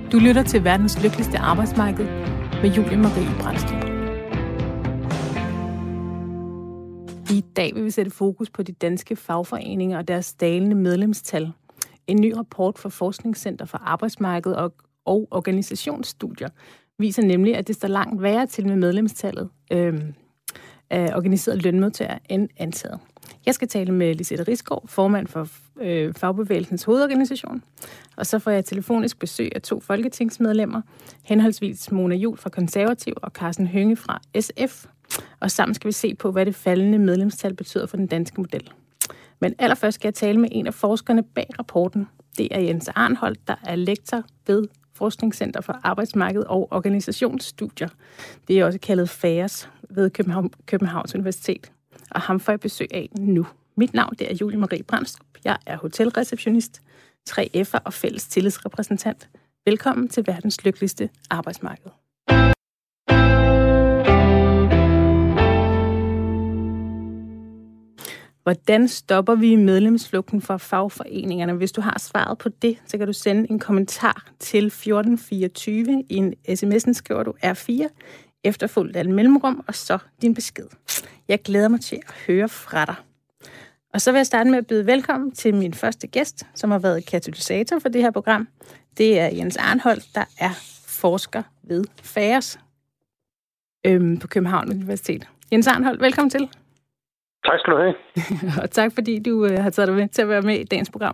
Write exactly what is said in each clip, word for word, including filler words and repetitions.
Du lytter til verdens lykkeligste arbejdsmarked med Julie Marie Brandstrup. I dag vil vi sætte fokus på de danske fagforeninger og deres dalende medlemstal. En ny rapport fra Forskningscenter for Arbejdsmarked og, og Organisationsstudier viser nemlig, at det står langt værre til med medlemstallet øh, af organiserede lønmodtagere end antaget. Jeg skal tale med Lisette Risgaard, formand for øh, Fagbevægelsens hovedorganisation. Og så får jeg telefonisk besøg af to folketingsmedlemmer, henholdsvis Mona Juul fra Konservativ og Karsten Hønge fra S F. Og sammen skal vi se på, hvad det faldende medlemstal betyder for den danske model. Men allerførst skal jeg tale med en af forskerne bag rapporten. Det er Jens Arnholdt, der er lektor ved Forskningscenter for Arbejdsmarked og Organisationsstudier. Det er også kaldet FAERS ved København, Københavns Universitet. Og ham får jeg besøg af nu. Mit navn det er Julie Marie Brandstrup. Jeg er hotelreceptionist, tre F'er og fælles tillidsrepræsentant. Velkommen til verdens lykkeligste arbejdsmarked. Hvordan stopper vi medlemsflugten fra fagforeningerne? Hvis du har svaret på det, så kan du sende en kommentar til fjorten fireogtyve. I en sms'en skriver du R fire, efterfulgt af et mellemrum, og så din besked. Jeg glæder mig til at høre fra dig. Og så vil jeg starte med at byde velkommen til min første gæst, som har været katalysator for det her program. Det er Jens Arnholdt, der er forsker ved FAERS øhm, på Københavns Universitet. Jens Arnholdt, velkommen til. Tak skal du have. Og tak fordi du øh, har taget dig med til at være med i dagens program.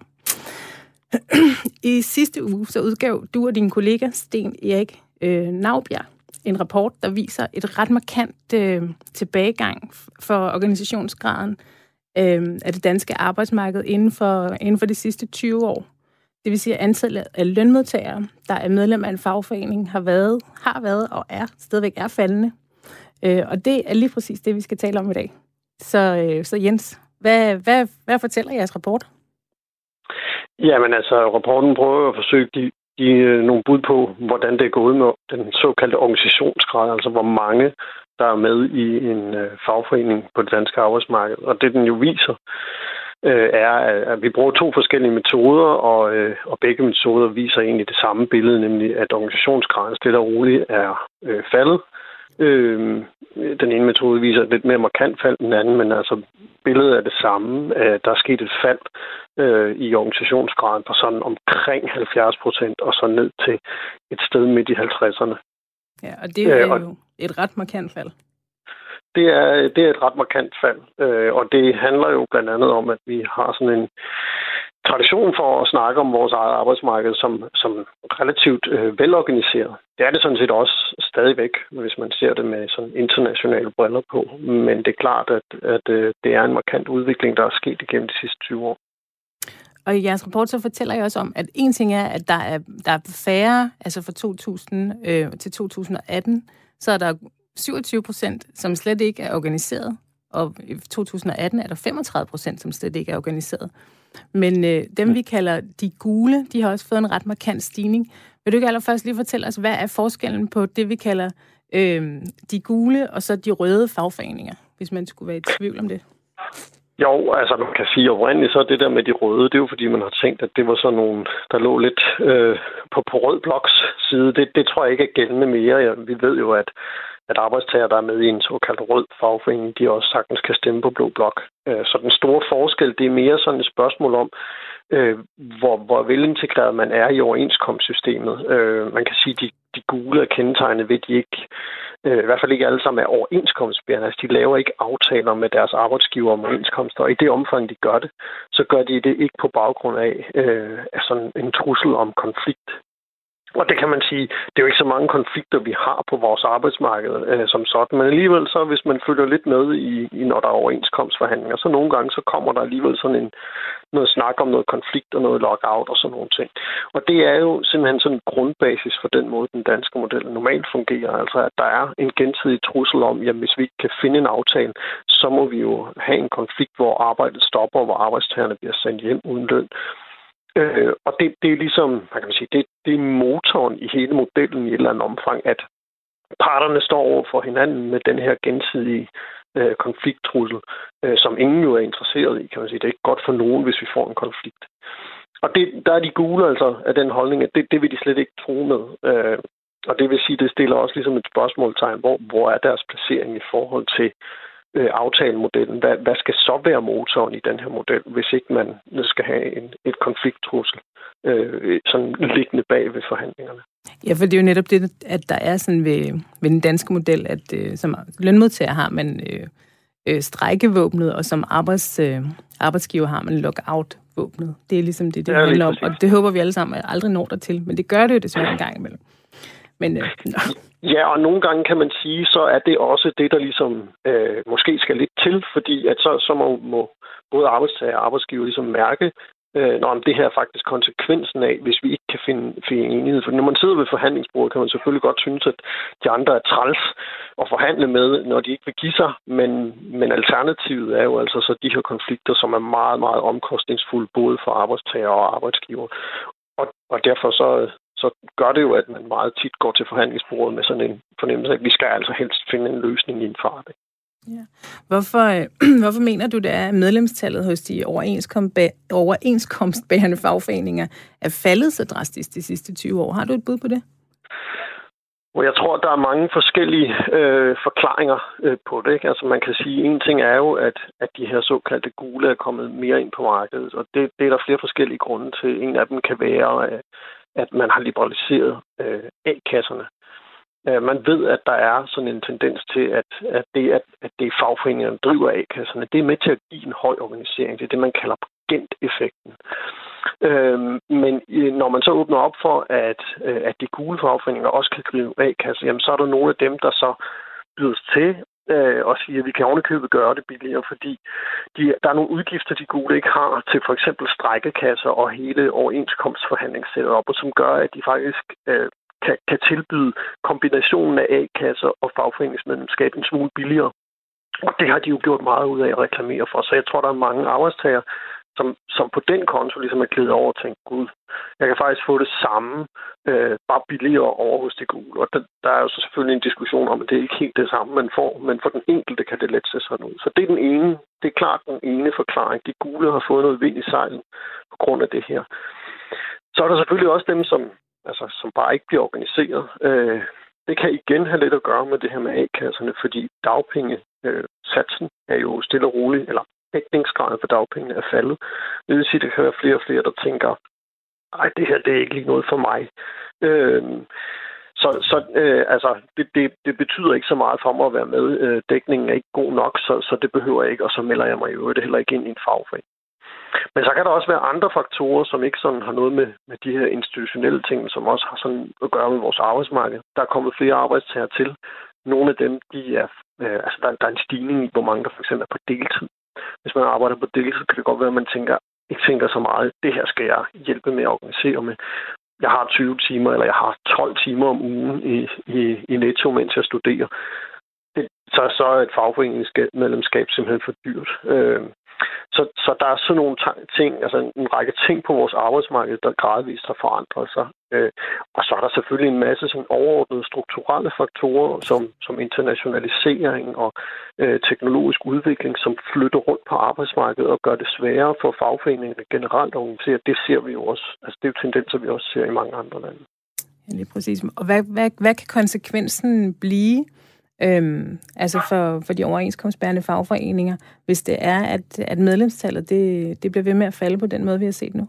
I sidste uge så udgav du og din kollega Sten Erik øh, Naubjerg en rapport, der viser et ret markant øh, tilbagegang for organisationsgraden øh, af det danske arbejdsmarked inden for, inden for de sidste tyve år. Det vil sige, at antallet af lønmodtagere, der er medlem af en fagforening, har været, har været og er stadigvæk er faldende. Øh, og det er lige præcis det, vi skal tale om i dag. Så, øh, så Jens, hvad, hvad, hvad fortæller jeres rapport? Jamen altså, rapporten prøver at forsøge at give, give nogle bud på, hvordan det er gået med den såkaldte organisationsgrad, altså hvor mange, der er med i en øh, fagforening på det danske arbejdsmarked. Og det, den jo viser, øh, er, at vi bruger to forskellige metoder, og, øh, og begge metoder viser egentlig det samme billede, nemlig at organisationsgraden stille og roligt er øh, faldet. Øh, den ene metode viser et lidt mere markant fald end den anden, men altså billedet er det samme. Der er sket et fald øh, i organisationsgraden på sådan omkring halvfjerds procent, og så ned til et sted midt i halvtredserne. Ja, og det er jo øh, et ret markant fald. Det er, det er et ret markant fald, øh, og det handler jo blandt andet om, at vi har sådan en tradition for at snakke om vores eget arbejdsmarked som, som relativt øh, velorganiseret. Det er det sådan set også stadigvæk, hvis man ser det med sådan internationale briller på. Men det er klart, at, at øh, det er en markant udvikling, der er sket igennem de sidste tyve år. Og i jeres rapport så fortæller jeg også om, at en ting er, at der er, der er færre, altså fra to tusind øh, til to tusind og atten, så er der syvogtyve procent, som slet ikke er organiseret. Og i to tusind og atten er der femogtredive procent, som slet ikke er organiseret. Men øh, dem, vi kalder de gule, de har også fået en ret markant stigning. Vil du ikke allerførst lige fortælle os, hvad er forskellen på det, vi kalder øh, de gule, og så de røde fagforeninger, hvis man skulle være i tvivl om det? Jo, altså man kan sige oprindeligt, så det der med de røde, det er jo fordi, man har tænkt, at det var sådan nogle, der lå lidt øh, på, på rød bloks side. Det, det tror jeg ikke er gældende mere. Ja, vi ved jo, at at arbejdstager, der er med i en såkaldt rød fagforening, de også sagtens kan stemme på blå blok. Så den store forskel, det er mere sådan et spørgsmål om, hvor, hvor velintegreret man er i overenskomstsystemet. Man kan sige, at de, de gule er kendetegnet ved, at de ikke, i hvert fald ikke alle sammen er overenskomstbærende. Altså, de laver ikke aftaler med deres arbejdsgiver om overenskomster, og i det omfang, de gør det, så gør de det ikke på baggrund af, af sådan en trussel om konflikt. Og det kan man sige, det er jo ikke så mange konflikter, vi har på vores arbejdsmarked øh, som sådan. Men alligevel så, hvis man følger lidt med i, i når der er overenskomstforhandlinger, så nogle gange så kommer der alligevel sådan en, noget snak om noget konflikt og noget lockout og sådan nogle ting. Og det er jo simpelthen sådan en grundbasis for den måde, den danske model normalt fungerer. Altså at der er en gensidig trussel om, at hvis vi ikke kan finde en aftale, så må vi jo have en konflikt, hvor arbejdet stopper, hvor arbejdstagerne bliver sendt hjem uden løn. Øh, og det, det er ligesom, man kan sige, det, det er motoren i hele modellen i et eller andet omfang, at parterne står over for hinanden med den her gensidige øh, konflikttrussel, øh, som ingen jo er interesseret i, kan man sige. Det er ikke godt for nogen, hvis vi får en konflikt. og det, der er de gule altså af den holdning, at det, det vil de slet ikke tro med. Øh, og det vil sige, det stiller også ligesom et spørgsmålstegn, hvor, hvor er deres placering i forhold til øh, aftalemodellen? Hvad, hvad skal så være motoren i den her model, hvis ikke man skal have en, et konflikttrussel øh, sådan liggende bag ved forhandlingerne? Ja, for det er jo netop det, at der er sådan ved, ved den danske model, at øh, som lønmodtager har man øh, øh, strejkevåbnet, og som arbejds, øh, arbejdsgiver har man lockout-våbnet. Det er ligesom det, det ja, handler om, og det håber vi alle sammen aldrig når der til, men det gør det jo desværre en gang imellem. Men, øh, ja, og nogle gange kan man sige, så er det også det, der ligesom øh, måske skal lidt til, fordi at så, så må, må både arbejdstager og arbejdsgiver ligesom mærke, øh, når det her er faktisk konsekvensen af, hvis vi ikke kan finde, finde enighed. For når man sidder ved forhandlingsbordet, kan man selvfølgelig godt synes, at de andre er træls at forhandle med, når de ikke vil give sig, men, men alternativet er jo altså så de her konflikter, som er meget, meget omkostningsfulde, både for arbejdstager og arbejdsgiver. Og, og derfor så så gør det jo, at man meget tit går til forhandlingsbordet med sådan en fornemmelse, at vi skal altså helst finde en løsning i en fart. Ja. Hvorfor, øh, hvorfor mener du, det er, at medlemstallet hos de overenskomstbærende fagforeninger er faldet så drastisk de sidste tyve år? Har du et bud på det? Og jeg tror, der er mange forskellige øh, forklaringer øh, på det. Ikke? Altså man kan sige, en ting er jo, at, at de her såkaldte gule er kommet mere ind på markedet, og det, det er der flere forskellige grunde til. En af dem kan være, øh, at man har liberaliseret øh, A-kasserne. Øh, man ved, at der er sådan en tendens til, at, at det, at, at det er fagforeningerne, der driver A-kasserne. Det er med til at give en høj organisering. Det er det, man kalder agent-effekten. Øh, men når man så åbner op for, at, at de gule fagforeninger også kan drive A-kasser, jamen så er der nogle af dem, der så bydes til øh, og siger, at vi kan ovenikøbet gøre det billigere, fordi de, der er nogle udgifter, de gule ikke har til for eksempel strejkekasser og hele overenskomstforhandlingssættet op, og som gør, at de faktisk øh, kan, kan tilbyde kombinationen af A-kasser og fagforeningsmedlemskab en smule billigere. Og det har de jo gjort meget ud af at reklamere for, så jeg tror, der er mange arbejdstagere, Som, som på den konto ligesom er glædet over og tænkt, gud, jeg kan faktisk få det samme, øh, bare billigere over hos det gule. Og der, der er jo så selvfølgelig en diskussion om, at det er ikke helt det samme, man får, men for den enkelte kan det let se sådan ud. Så det er den ene, det er klart den ene forklaring. De gule har fået noget vind i sejlen på grund af det her. Så er der selvfølgelig også dem, som, altså, som bare ikke bliver organiseret. Øh, det kan igen have lidt at gøre med det her med A-kasserne, fordi dagpengesatsen øh, er jo stille og roligt, eller dækningsgraden for dagpengene er faldet. Det vil sige, at der kan være flere og flere, der tænker, ej, det her det er ikke lige noget for mig. Øh, så så øh, altså, det, det, det betyder ikke så meget for mig at være med. Øh, dækningen er ikke god nok, så, så det behøver jeg ikke, og så melder jeg mig i øvrigt heller ikke ind i en fagforening. Men så kan der også være andre faktorer, som ikke sådan har noget med, med de her institutionelle ting, som også har sådan at gøre med vores arbejdsmarked. Der er kommet flere arbejdstagere til. Nogle af dem, de er, øh, altså der, der er en stigning i, hvor mange der for eksempel er på deltid. Hvis man arbejder på deltid, kan det godt være, at man tænker, ikke tænker så meget, det her skal jeg hjælpe med at organisere med. Jeg har tyve timer, eller jeg har tolv timer om ugen i, i, i netto, mens jeg studerer. Det, så, så er et fagforeningsmedlemskab simpelthen for dyrt. Øh, Så, så der er sådan nogle ting, altså en række ting på vores arbejdsmarked, der gradvist har forandret sig. Øh, og så er der selvfølgelig en masse sådan overordnede strukturelle faktorer, som, som internationalisering og øh, teknologisk udvikling, som flytter rundt på arbejdsmarkedet og gør det sværere for fagforeningerne generelt at organisere. Det ser vi jo også. Altså det er jo tendenser, vi også ser i mange andre lande. Ja, lige præcis. Og hvad, hvad, hvad kan konsekvensen blive? Øhm, altså for, for de overenskomstbærende fagforeninger, hvis det er, at, at medlemstallet det, det bliver ved med at falde på den måde, vi har set nu?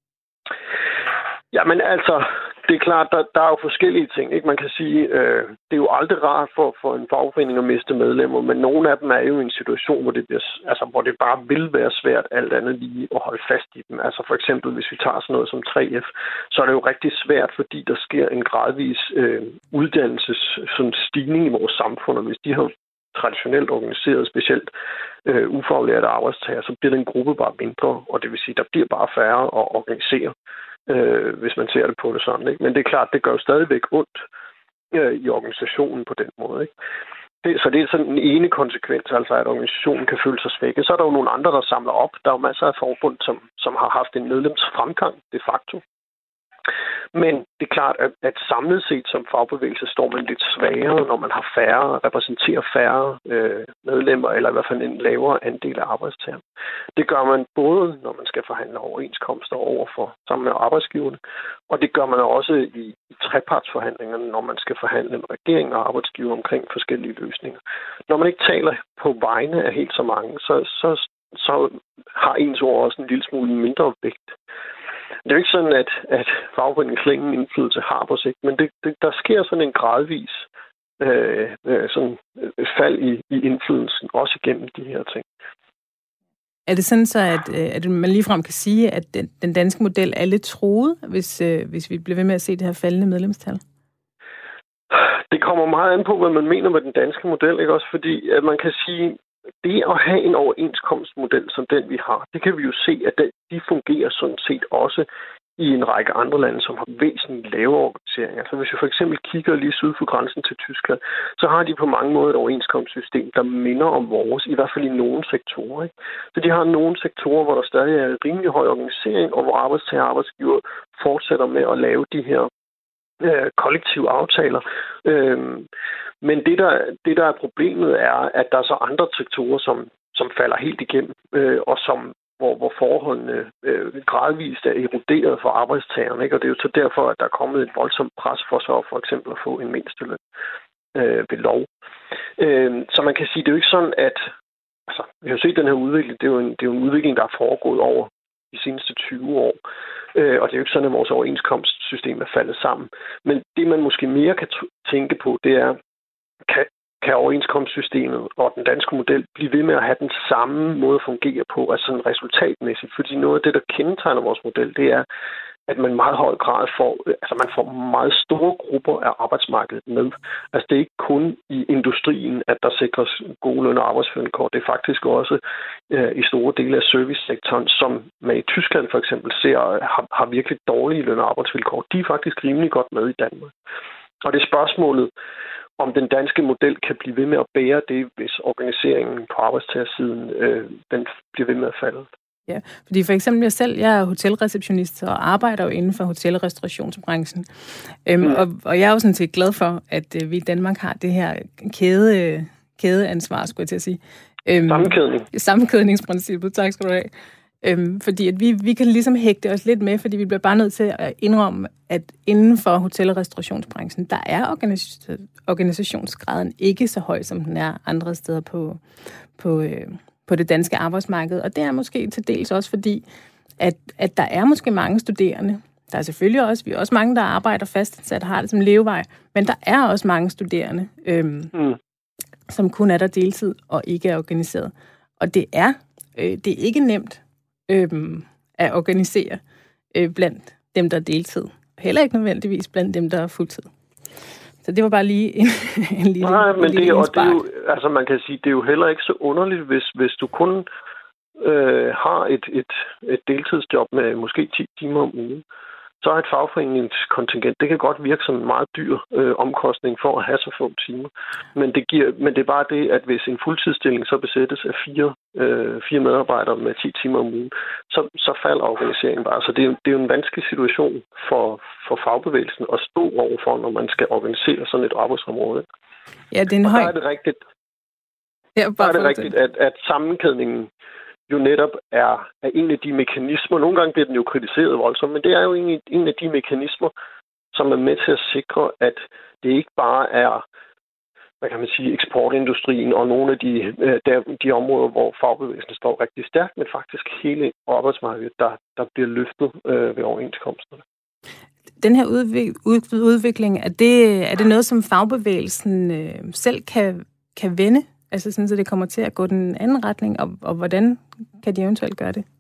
Jamen altså, det er klart, der, der er jo forskellige ting. Ikke? Man kan sige, øh, det er jo aldrig rart for, for en fagforening at miste medlemmer, men nogle af dem er jo i en situation, hvor det, bliver, altså, hvor det bare vil være svært alt andet lige at holde fast i dem. Altså for eksempel, hvis vi tager sådan noget som tre F, så er det jo rigtig svært, fordi der sker en gradvis øh, uddannelses sådan stigning i vores samfund, og hvis de har traditionelt organiseret, specielt øh, ufaglærte arbejdstager, så bliver den gruppe bare mindre, og det vil sige, der bliver bare færre at organisere. Øh, hvis man ser det på det sådan. Ikke? Men det er klart, det gør jo stadigvæk ondt øh, i organisationen på den måde. Ikke? Det, så det er sådan en ene konsekvens, altså at organisationen kan føle sig svækket. Så er der jo nogle andre, der samler op. Der er jo masser af forbund, som, som har haft en medlemsfremgang de facto. Men det er klart, at, at samlet set som fagbevægelse står man lidt svagere, når man har færre, repræsenterer færre øh, medlemmer, eller i hvert fald en lavere andel af arbejdstagerne. Det gør man både, når man skal forhandle overenskomster over for sammen med arbejdsgiverne, og det gør man også i, i trepartsforhandlingerne, når man skal forhandle med regeringen og arbejdsgiver omkring forskellige løsninger. Når man ikke taler på vegne af helt så mange, så, så, så har ens ord også en lille smule mindre vægt. Det er jo ikke sådan, at, at fagforeningens ingen indflydelse har på sigt, men det, det, der sker sådan en gradvis øh, sådan fald i, i indflydelsen, også igennem de her ting. Er det sådan så, at, at man ligefrem kan sige, at den, den danske model er lidt truet, hvis, hvis vi bliver ved med at se det her faldende medlemstal? Det kommer meget an på, hvad man mener med den danske model, ikke også? Fordi at man kan sige, det at have en overenskomstmodel som den, vi har, det kan vi jo se, at de fungerer sådan set også i en række andre lande, som har væsentligt lavere organisering. Altså hvis vi for eksempel kigger lige syd for grænsen til Tyskland, så har de på mange måder et overenskomstsystem, der minder om vores, i hvert fald i nogle sektorer. Ikke? Så de har nogle sektorer, hvor der stadig er rimelig høj organisering, og hvor arbejdstager og arbejdsgiver fortsætter med at lave de her øh, kollektive aftaler. Øhm, men det der, det, der er problemet, er, at der er så andre sektorer, som, som falder helt igennem, øh, og som Hvor, hvor forholdene øh, gradvist er eroderet for arbejdstagerne. Ikke? Og det er jo så derfor, at der er kommet et voldsomt pres for så for eksempel at få en mindsteløn øh, ved lov. Øh, så man kan sige, det er jo ikke sådan, at altså, vi har set den her udvikling. Det er jo en, det er jo en udvikling, der er foregået over de seneste tyve år. Øh, og det er jo ikke sådan, at vores overenskomstsystem er faldet sammen. Men det, man måske mere kan t- tænke på, det er, kan kan overenskomstsystemet og den danske model blive ved med at have den samme måde at fungere på, altså sådan resultatmæssigt. Fordi noget af det, der kendetegner vores model, det er, at man i meget høj grad får, altså man får meget store grupper af arbejdsmarkedet med. Altså det er ikke kun i industrien, at der sikres gode løn- og arbejdsvilkår. Det er faktisk også øh, i store dele af servicesektoren, som man i Tyskland for eksempel ser, har, har virkelig dårlige løn- og arbejdsvilkår. De er faktisk rimelig godt med i Danmark. Og det er spørgsmålet, om den danske model kan blive ved med at bære det, hvis organiseringen på arbejdstagersiden øh, den bliver ved med at falde. Ja, fordi for eksempel jeg selv, jeg er hotelreceptionist og arbejder jo inden for hotel- og restaurationsbranchen. Øhm, mm. og, og jeg er jo sådan set glad for, at øh, vi i Danmark har det her kæde, kædeansvar, skulle jeg til at sige. Øhm, Sammenkædning. Sammenkædningsprincippet, tak skal du have. Øhm, fordi at vi, vi kan ligesom hægte os lidt med, fordi vi bliver bare nødt til at indrømme, at inden for hotel- og restaurationsbranchen, der er organis- organisationsgraden ikke så høj, som den er andre steder på, på, øh, på det danske arbejdsmarked. Og det er måske til dels også fordi, at, at der er måske mange studerende. Der er selvfølgelig også, vi er også mange, der arbejder fastansat og har det som levevej, men der er også mange studerende, øhm, mm. som kun er der deltid og ikke er organiseret. Og det er, øh, det er ikke nemt Øhm, at organisere øh, blandt dem, der er deltid. Heller ikke nødvendigvis blandt dem, der er fuldtid. Så det var bare lige en, en lille Nej, men lille det, og det er jo, altså man kan sige, det er jo heller ikke så underligt, hvis, hvis du kun øh, har et, et, et deltidsjob med måske ti timer om ugen. Så er et fagforeningskontingent, det kan godt virke som en meget dyr øh, omkostning for at have så få timer. Men det, giver, men det er bare det, at hvis en fuldtidsstilling så besættes af fire, øh, fire medarbejdere med ti timer om ugen, så, så falder organiseringen bare. Så det er, det er jo en vanskelig situation for, for fagbevægelsen at stå overfor, når man skal organisere sådan et arbejdsområde. Ja, det er en Og høj... der er det rigtigt, ja, der er det rigtigt at, at sammenkædningen jo netop er, er en af de mekanismer. Nogle gange bliver den jo kritiseret voldsomt, men det er jo en, en af de mekanismer, som er med til at sikre, at det ikke bare er, hvad kan man sige, eksportindustrien og nogle af de, der, de områder, hvor fagbevægelsen står rigtig stærkt, men faktisk hele arbejdsmarkedet, der, der bliver løftet øh, ved overenskomsterne. Den her udvik- udvikling, er det, er det noget, som fagbevægelsen øh, selv kan, kan vende? Altså sådan, så det kommer til at gå den anden retning, og, og hvordan kan de eventuelt gøre det?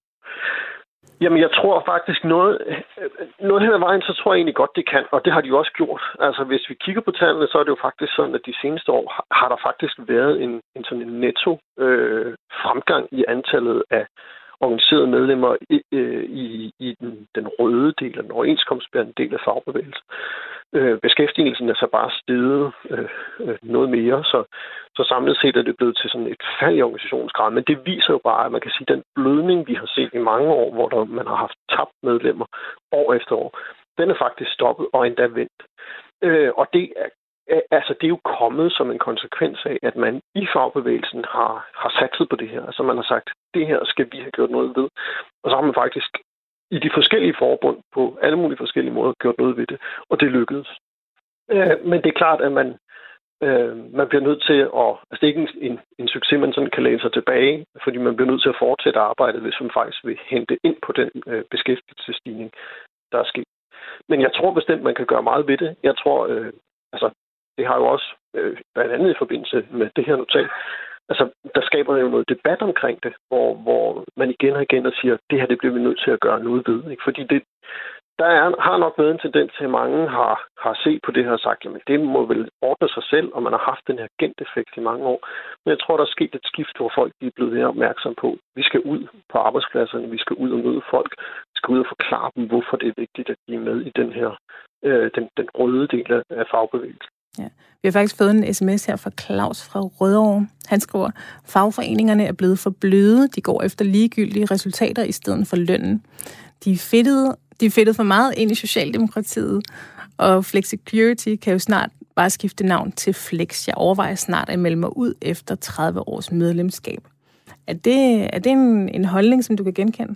Jamen, jeg tror faktisk noget, noget hen ad vejen, så tror jeg egentlig godt, det kan, og det har de jo også gjort. Altså, hvis vi kigger på tallene, så er det jo faktisk sådan, at de seneste år har der faktisk været en, en sådan en netto øh, fremgang i antallet af organiserede medlemmer i, i, i den, den røde del, den overenskomstbærende del af fagbevægelsen. Øh, beskæftigelsen er så bare steget øh, noget mere, så, så samlet set er det blevet til sådan et fald i organisationsgrad. Men det viser jo bare, at man kan sige, at den blødning, vi har set i mange år, hvor der, man har haft tabt medlemmer år efter år, den er faktisk stoppet og endda vendt. Øh, og det er, altså, det er jo kommet som en konsekvens af, at man i fagbevægelsen har, har satset på det her. Altså man har sagt, det her skal vi have gjort noget ved. Og så har man faktisk i de forskellige forbund på alle mulige forskellige måder gjort noget ved det. Og det lykkedes. Øh, men det er klart, at man, øh, man bliver nødt til at... Altså det er ikke en, en succes, man sådan kan læne sig tilbage, fordi man bliver nødt til at fortsætte arbejdet, hvis man faktisk vil hente ind på den øh, beskæftigelsesstigning, der er sket. Men jeg tror bestemt, man kan gøre meget ved det. Jeg tror, øh, altså, det har jo også, øh, blandt andet i forbindelse med det her notat, altså, der skaber jo noget debat omkring det, hvor, hvor man igen og igen og siger, det her, det bliver vi nødt til at gøre noget ved. Ikke? Fordi det, der er, har nok været en tendens til, at mange har, har set på det her og sagt, jamen det må vel ordne sig selv, og man har haft den her agenteffekt i mange år. Men jeg tror, der er sket et skift, hvor folk er blevet mere opmærksom på, vi skal ud på arbejdspladserne, vi skal ud og møde folk, vi skal ud og forklare dem, hvorfor det er vigtigt, at de er med i den her, øh, den, den røde del af fagbevægelsen. Ja. Vi har faktisk fået en sms her fra Claus fra Rødovre. Han skriver, fagforeningerne er blevet for bløde, de går efter ligegyldige resultater i stedet for lønnen. De er fedtede De er fedtet for meget ind i Socialdemokratiet, og Flexicurity kan jo snart bare skifte navn til Flex. Jeg overvejer snart at melde mig ud efter tredive års medlemskab. Er det, er det en, en holdning, som du kan genkende?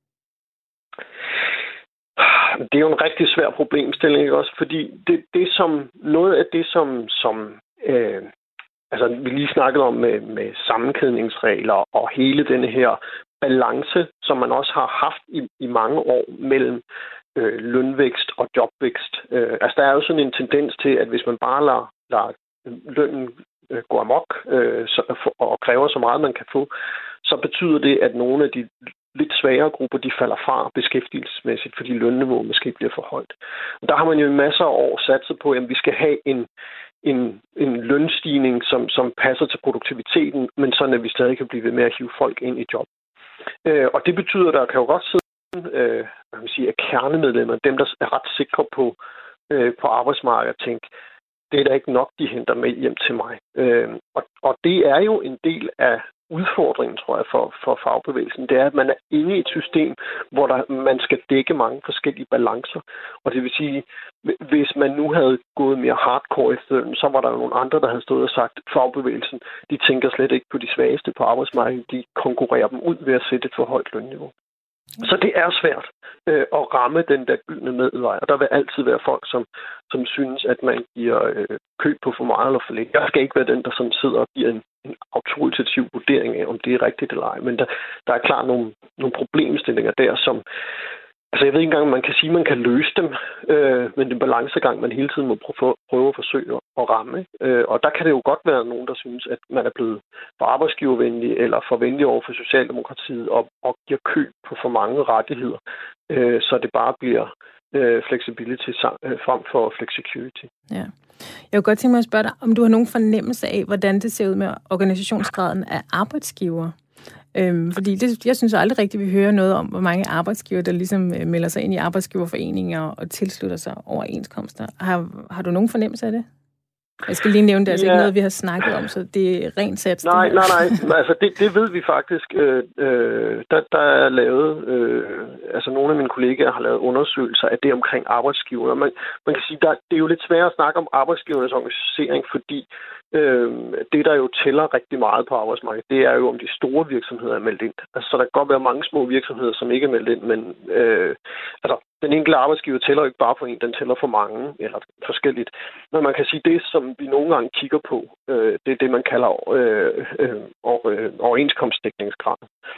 Det er jo en rigtig svær problemstilling, ikke også? Fordi det, det som, noget af det, som, som øh, altså, vi lige snakkede om med, med sammenkædningsregler og hele denne her balance, som man også har haft i, i mange år mellem øh, lønvækst og jobvækst. Øh, altså, der er jo sådan en tendens til, at hvis man bare lader, lader lønnen øh, gå amok øh, så, og kræver så meget, man kan få, så betyder det, at nogle af de lidt svagere grupper, de falder fra beskæftigelsesmæssigt, fordi lønniveauet måske bliver for højt. Og der har man jo i masser af år satset på, at vi skal have en En, en lønstigning, som, som passer til produktiviteten, men sådan, at vi stadig kan blive ved med at hive folk ind i job. Øh, og det betyder, at der kan jo godt sidde øh, hvad man siger, kernemedlemmer, dem, der er ret sikre på, øh, på arbejdsmarkedet, og tænke, det er da ikke nok, de henter med hjem til mig. Øh, og, og det er jo en del af udfordringen, tror jeg, for, for fagbevægelsen. Det er, at man er inde i et system, hvor der, man skal dække mange forskellige balancer. Og det vil sige, hvis man nu havde gået mere hardcore efter den, så var der jo nogle andre, der havde stået og sagt, fagbevægelsen, de tænker slet ikke på de svageste på arbejdsmarkedet. De konkurrerer dem ud ved at sætte et for højt lønniveau. Så det er svært øh, at ramme den der gyldne middelvej, og der vil altid være folk, som, som synes, at man giver øh, køb på for meget eller for lidt. Jeg skal ikke være den, der sådan sidder og giver en, en autoritativ vurdering af, om det er rigtigt eller ej, men der, der er klart nogle, nogle problemstillinger der, som... Altså, jeg ved ikke engang, om man kan sige, at man kan løse dem, øh, men det er en balancegang, man hele tiden må prøve, prøve at forsøge at ramme. Øh, og der kan det jo godt være nogen, der synes, at man er blevet for arbejdsgivervenlig eller for venlig over for Socialdemokratiet og, og giver køb på for mange rettigheder, øh, så det bare bliver øh, flexibility øh, frem for flexicurity. Ja. Jeg kunne godt tænke mig at spørge dig, om du har nogen fornemmelse af, hvordan det ser ud med organisationsgraden af arbejdsgiver. Øhm, fordi det, jeg synes aldrig rigtigt, vi hører noget om, hvor mange arbejdsgiver, der ligesom øh, melder sig ind i arbejdsgiverforeninger og tilslutter sig overenskomster. Har, har du nogen fornemmelse af det? Jeg skal lige nævne, det er altså ja. ikke noget, vi har snakket om, så det er rent sats. Nej, nej, nej. Altså, det, det ved vi faktisk. Øh, øh, der, der er lavet, øh, altså nogle af mine kollegaer har lavet undersøgelser af det omkring arbejdsgivere. Man, man kan sige, der, det er jo lidt svært at snakke om arbejdsgivernes organisering, fordi øh, det, der jo tæller rigtig meget på arbejdsmarkedet, det er jo, om de store virksomheder er meldt ind. Altså, så der kan godt være mange små virksomheder, som ikke er meldt ind, men øh, altså, den enkelte arbejdsgiver tæller ikke bare for en, den tæller for mange, eller forskelligt. Men man kan sige, det, som vi nogle gange kigger på, øh, det er det, man kalder øh, øh, øh, overenskomstdækningsgrad.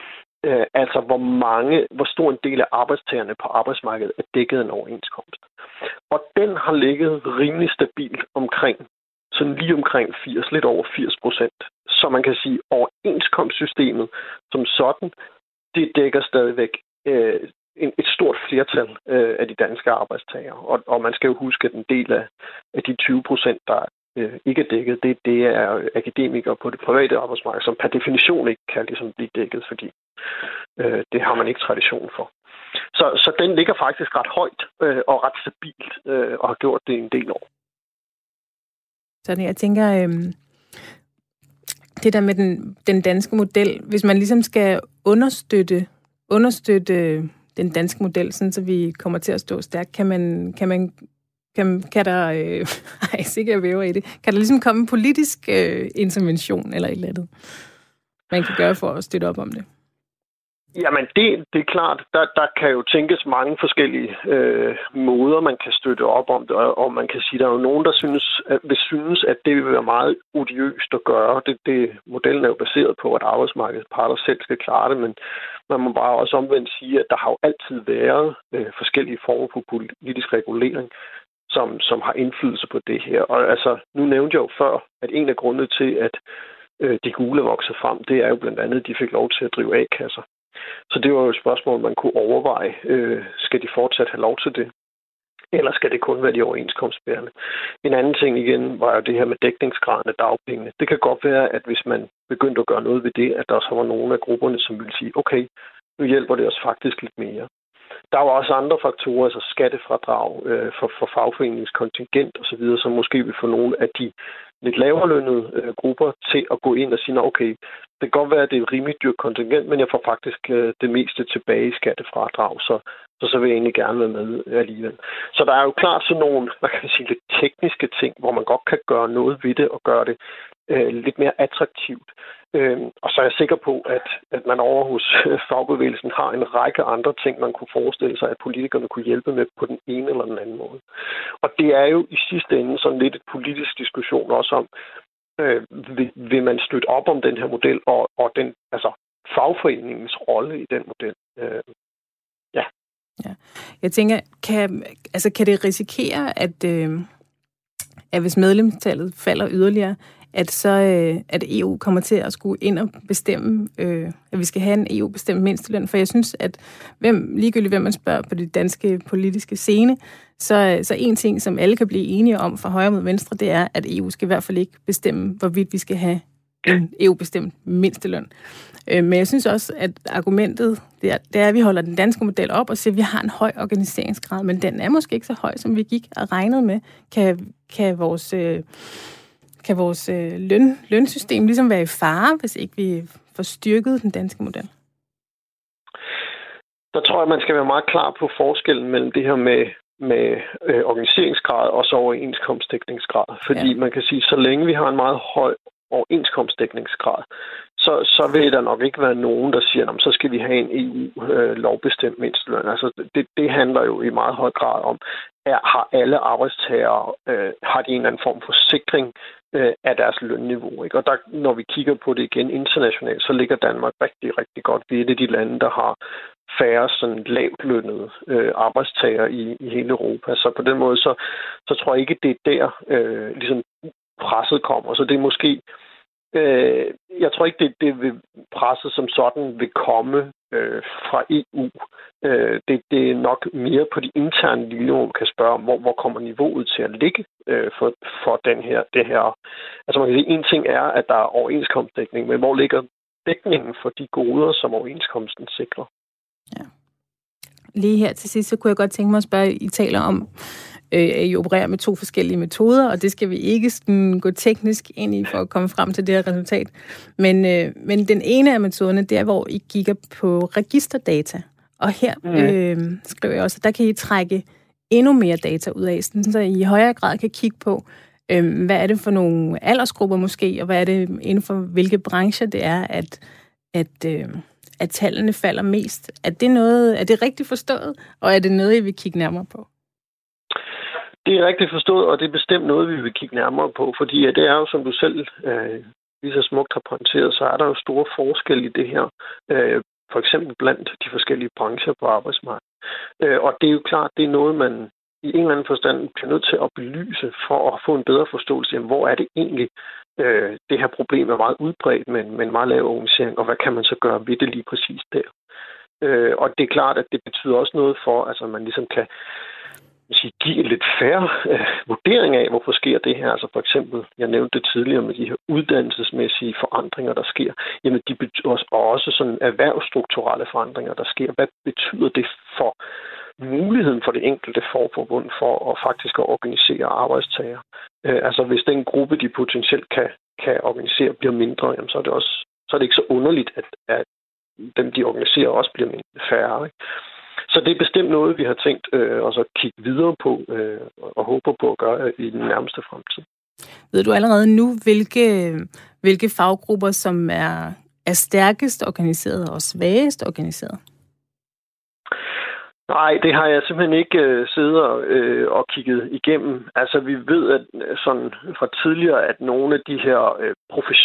Øh, altså, hvor mange, hvor stor en del af arbejdstagerne på arbejdsmarkedet er dækket af en overenskomst. Og den har ligget rimelig stabilt omkring, sådan lige omkring firs, lidt over firs procent. Så man kan sige, overenskomstsystemet som sådan, det dækker stadigvæk øh, et stort flertal øh, af de danske arbejdstagere. Og, og man skal jo huske, at en del af, af de tyve procent, der øh, ikke er dækket, det, det er akademikere på det private arbejdsmarked, som per definition ikke kan ligesom blive dækket, fordi øh, det har man ikke tradition for. Så, så den ligger faktisk ret højt øh, og ret stabilt øh, og har gjort det en del år. Så jeg tænker, øh, det der med den, den danske model, hvis man ligesom skal understøtte, understøtte den danske model, sådan så vi kommer til at stå stærkt? Kan man, kan man, kan, kan der, øh, ej, sikkert væver i det, kan der ligesom komme en politisk øh, intervention eller et eller andet, man kan gøre for at støtte op om det? Jamen, det, det er klart. Der, der kan jo tænkes mange forskellige øh, måder, man kan støtte op om det, og, og man kan sige, der er jo nogen, der synes, at, vil synes, at det vil være meget odiøst at gøre. Det, det, modellen er jo baseret på, at arbejdsmarkedets parter selv skal klare det, men man må bare også omvendt sige, at der har jo altid været øh, forskellige former for politisk regulering, som, som har indflydelse på det her. Og altså, nu nævnte jeg jo før, at en af grundene til, at øh, de gule er vokset frem, det er jo blandt andet, at de fik lov til at drive A-kasser. Så det var jo et spørgsmål, man kunne overveje. Øh, skal de fortsat have lov til det? Eller skal det kun være de overenskomstbærende? En anden ting igen var jo det her med dækningsgraden af dagpengene. Det kan godt være, at hvis man begyndte at gøre noget ved det, at der så var nogle af grupperne, som ville sige, okay, nu hjælper det os faktisk lidt mere. Der var også andre faktorer, altså skattefradrag øh, for, for fagforeningskontingent osv., som måske vil få nogle af de lidt lavere lønnede øh, grupper til at gå ind og sige, okay, det kan godt være, at det er et rimelig dyrt kontingent, men jeg får faktisk øh, det meste tilbage i skattefradrag, så, så så vil jeg egentlig gerne være med alligevel. Så der er jo klart sådan nogle, hvad kan man sige, lidt tekniske ting, hvor man godt kan gøre noget ved det og gøre det øh, lidt mere attraktivt. Øh, og så er jeg sikker på, at, at man over hos fagbevægelsen har en række andre ting, man kunne forestille sig, at politikerne kunne hjælpe med på den ene eller den anden måde. Og det er jo i sidste ende sådan lidt et politisk diskussion også om, øh, vil, vil man støtte op om den her model, og, og den, altså fagforeningens rolle i den model. Øh, ja. ja. Jeg tænker, kan, altså, kan det risikere, at, øh, at hvis medlemstallet falder yderligere, at så øh, at E U kommer til at skulle ind og bestemme, øh, at vi skal have en E U-bestemt mindsteløn. For jeg synes, at hvem, ligegyldigt hvem man spørger på det danske politiske scene, så, så en ting, som alle kan blive enige om fra højre mod venstre, det er, at E U skal i hvert fald ikke bestemme, hvorvidt vi skal have en E U-bestemt mindsteløn. Øh, men jeg synes også, at argumentet, det er, det er, at vi holder den danske model op og siger, at vi har en høj organiseringsgrad, men den er måske ikke så høj, som vi gik og regnede med. Kan, kan vores... Øh, Kan vores øh, løn, lønsystem ligesom være i fare, hvis ikke vi får styrket den danske model? Der tror jeg, man skal være meget klar på forskellen mellem det her med, med øh, organiseringsgrad og så overenskomstdækningsgrad. Fordi ja. Man kan sige, så længe vi har en meget høj overenskomstdækningsgrad, så, så vil der nok ikke være nogen, der siger, så skal vi have en E U-lovbestemt mindsteløn. Altså, det, det handler jo i meget høj grad om, er, har alle arbejdstagere, øh, har de en eller anden form for sikring øh, af deres lønniveau. Ikke? Og der, når vi kigger på det igen internationalt, så ligger Danmark rigtig, rigtig godt. Vi er et af de lande, der har færre sådan lavt lønnede øh, arbejdstagere i, i hele Europa. Så på den måde, så, så tror jeg ikke, det er der øh, ligesom presset kommer. Så det er måske øh, jeg tror ikke, det, det vil presset som sådan vil komme øh, fra E U. Øh, det, det er nok mere på de interne linjer, man kan spørge, hvor, hvor kommer niveauet til at ligge øh, for, for den her, det her. Altså man kan sige, en ting er, at der er overenskomstdækning, men hvor ligger dækningen for de goder, som overenskomsten sikrer? Ja. Lige her til sidst, så kunne jeg godt tænke mig at spørge, I taler om, at I opererer med to forskellige metoder, og det skal vi ikke sådan gå teknisk ind i for at komme frem til det her resultat. Men, øh, men den ene af metoderne, det er, hvor I kigger på registerdata. Og her mm. øh, skriver jeg også, at der kan I trække endnu mere data ud af, så I i højere grad kan kigge på, øh, hvad er det for nogle aldersgrupper måske, og hvad er det inden for hvilke brancher det er, at, at, øh, at tallene falder mest. Er det noget, er det rigtigt forstået, og er det noget, I vil kigge nærmere på? Det er rigtigt forstået, og det er bestemt noget, vi vil kigge nærmere på, fordi det er jo, som du selv øh, lige så smukt har pointeret, så er der jo store forskelle i det her, øh, for eksempel blandt de forskellige brancher på arbejdsmarkedet. Øh, og det er jo klart, det er noget, man i en eller anden forstand bliver nødt til at belyse for at få en bedre forståelse af, hvor er det egentlig, øh, det her problem er meget udbredt med, med en meget lav organisering, og hvad kan man så gøre ved det lige præcis der. Øh, og det er klart, at det betyder også noget for, altså man ligesom kan give en lidt færre øh, vurdering af, hvorfor sker det her. Altså for eksempel, jeg nævnte det tidligere med de her uddannelsesmæssige forandringer, der sker. Jamen, de betyder også, også sådan erhvervsstrukturelle forandringer, der sker. Hvad betyder det for muligheden for det enkelte forforbund for at faktisk at organisere arbejdstager? Øh, altså hvis den gruppe, de potentielt kan, kan organisere, bliver mindre, jamen, så er det også så er det ikke så underligt, at, at dem, de organiserer, også bliver mindre færre. Ikke? så det er bestemt noget, vi har tænkt øh, os at kigge videre på øh, og håber på at gøre i den nærmeste fremtid. Ved du allerede nu, hvilke, hvilke faggrupper, som er, er stærkest organiseret og svagest organiseret? Nej, det har jeg simpelthen ikke øh, siddet og, øh, og kigget igennem. Altså, vi ved at sådan fra tidligere, at nogle af de her øh,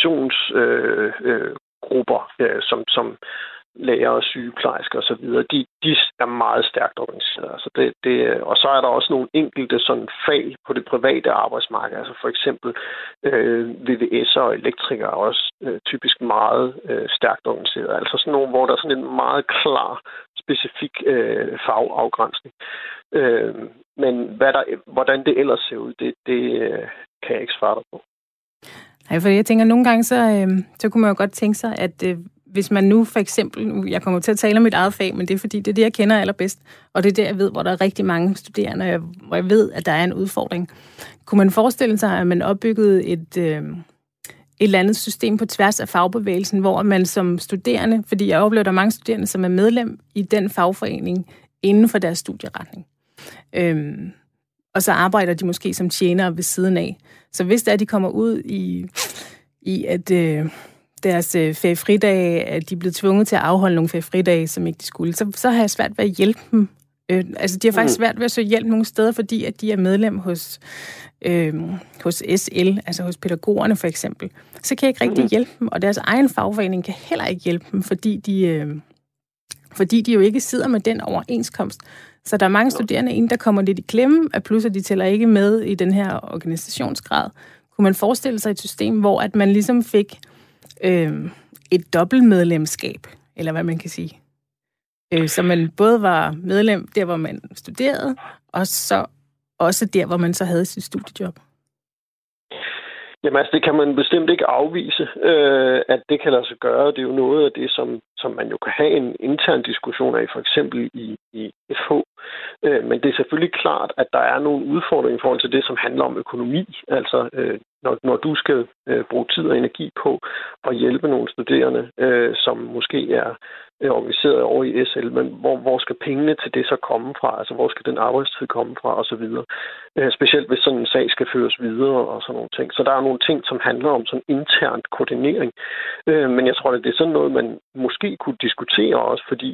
professionsgrupper, øh, øh, som, som læger og sygeplejersker og så videre, de, de er meget stærkt organiseret. Altså det, det, og så er der også nogle enkelte sådan fag på det private arbejdsmarked. Altså for eksempel øh, V V S'er og elektrikere er også øh, typisk meget øh, stærkt organiseret. Altså sådan nogle, hvor der er sådan en meget klar, specifik øh, fagafgrænsning. Øh, men hvad der, hvordan det ellers ser ud, det, det øh, kan jeg ikke svare dig på. Nej, for jeg tænker, nogle gange, så, øh, så kunne man jo godt tænke sig, at øh, hvis man nu for eksempel, jeg kommer til at tale om mit eget fag, men det er fordi, det er det, jeg kender allerbedst, og det er det, jeg ved, hvor der er rigtig mange studerende, hvor jeg ved, at der er en udfordring. Kunne man forestille sig, at man opbyggede et, øh, et eller andet system på tværs af fagbevægelsen, hvor man som studerende, fordi jeg oplever, at der er mange studerende, som er medlem i den fagforening inden for deres studieretning. Øhm, og så arbejder de måske som tjenere ved siden af. Så hvis det er, at de kommer ud i, i at øh, deres øh, feriefridage, at de er blevet tvunget til at afholde nogle feriefridage, som ikke de skulle, så, så har jeg svært ved at hjælpe dem. Øh, altså, de har faktisk svært ved at søge hjælp nogle steder, fordi at de er medlem hos, øh, hos S L, altså hos pædagogerne for eksempel. Så kan jeg ikke rigtig hjælpe dem, og deres egen fagforening kan heller ikke hjælpe dem, fordi de, øh, fordi de jo ikke sidder med den overenskomst. Så der er mange studerende inde, der kommer lidt i klemme, at pludselig de tæller ikke med i den her organisationsgrad. Kunne man forestille sig et system, hvor at man ligesom fik øh, et dobbeltmedlemskab, eller hvad man kan sige? Øh, så man både var medlem der, hvor man studerede, og så også der, hvor man så havde sit studiejob. Jamen altså, det kan man bestemt ikke afvise, øh, at det kan lade sig gøre. Det er jo noget af det, som, som man jo kan have en intern diskussion af, for eksempel i, i F H. Øh, men det er selvfølgelig klart, at der er nogle udfordringer i forhold til det, som handler om økonomi. Altså, øh, når, når du skal øh, bruge tid og energi på at hjælpe nogle studerende, øh, som måske er øh, organiseret over i S L, men hvor, hvor skal pengene til det så komme fra? Altså, hvor skal den arbejdstid komme fra, og så videre. Øh, specielt hvis sådan en sag skal føres videre og sådan nogle ting. Så der er nogle ting, som handler om sådan internt koordinering. Øh, men jeg tror, at det er sådan noget, man måske kunne diskutere også, fordi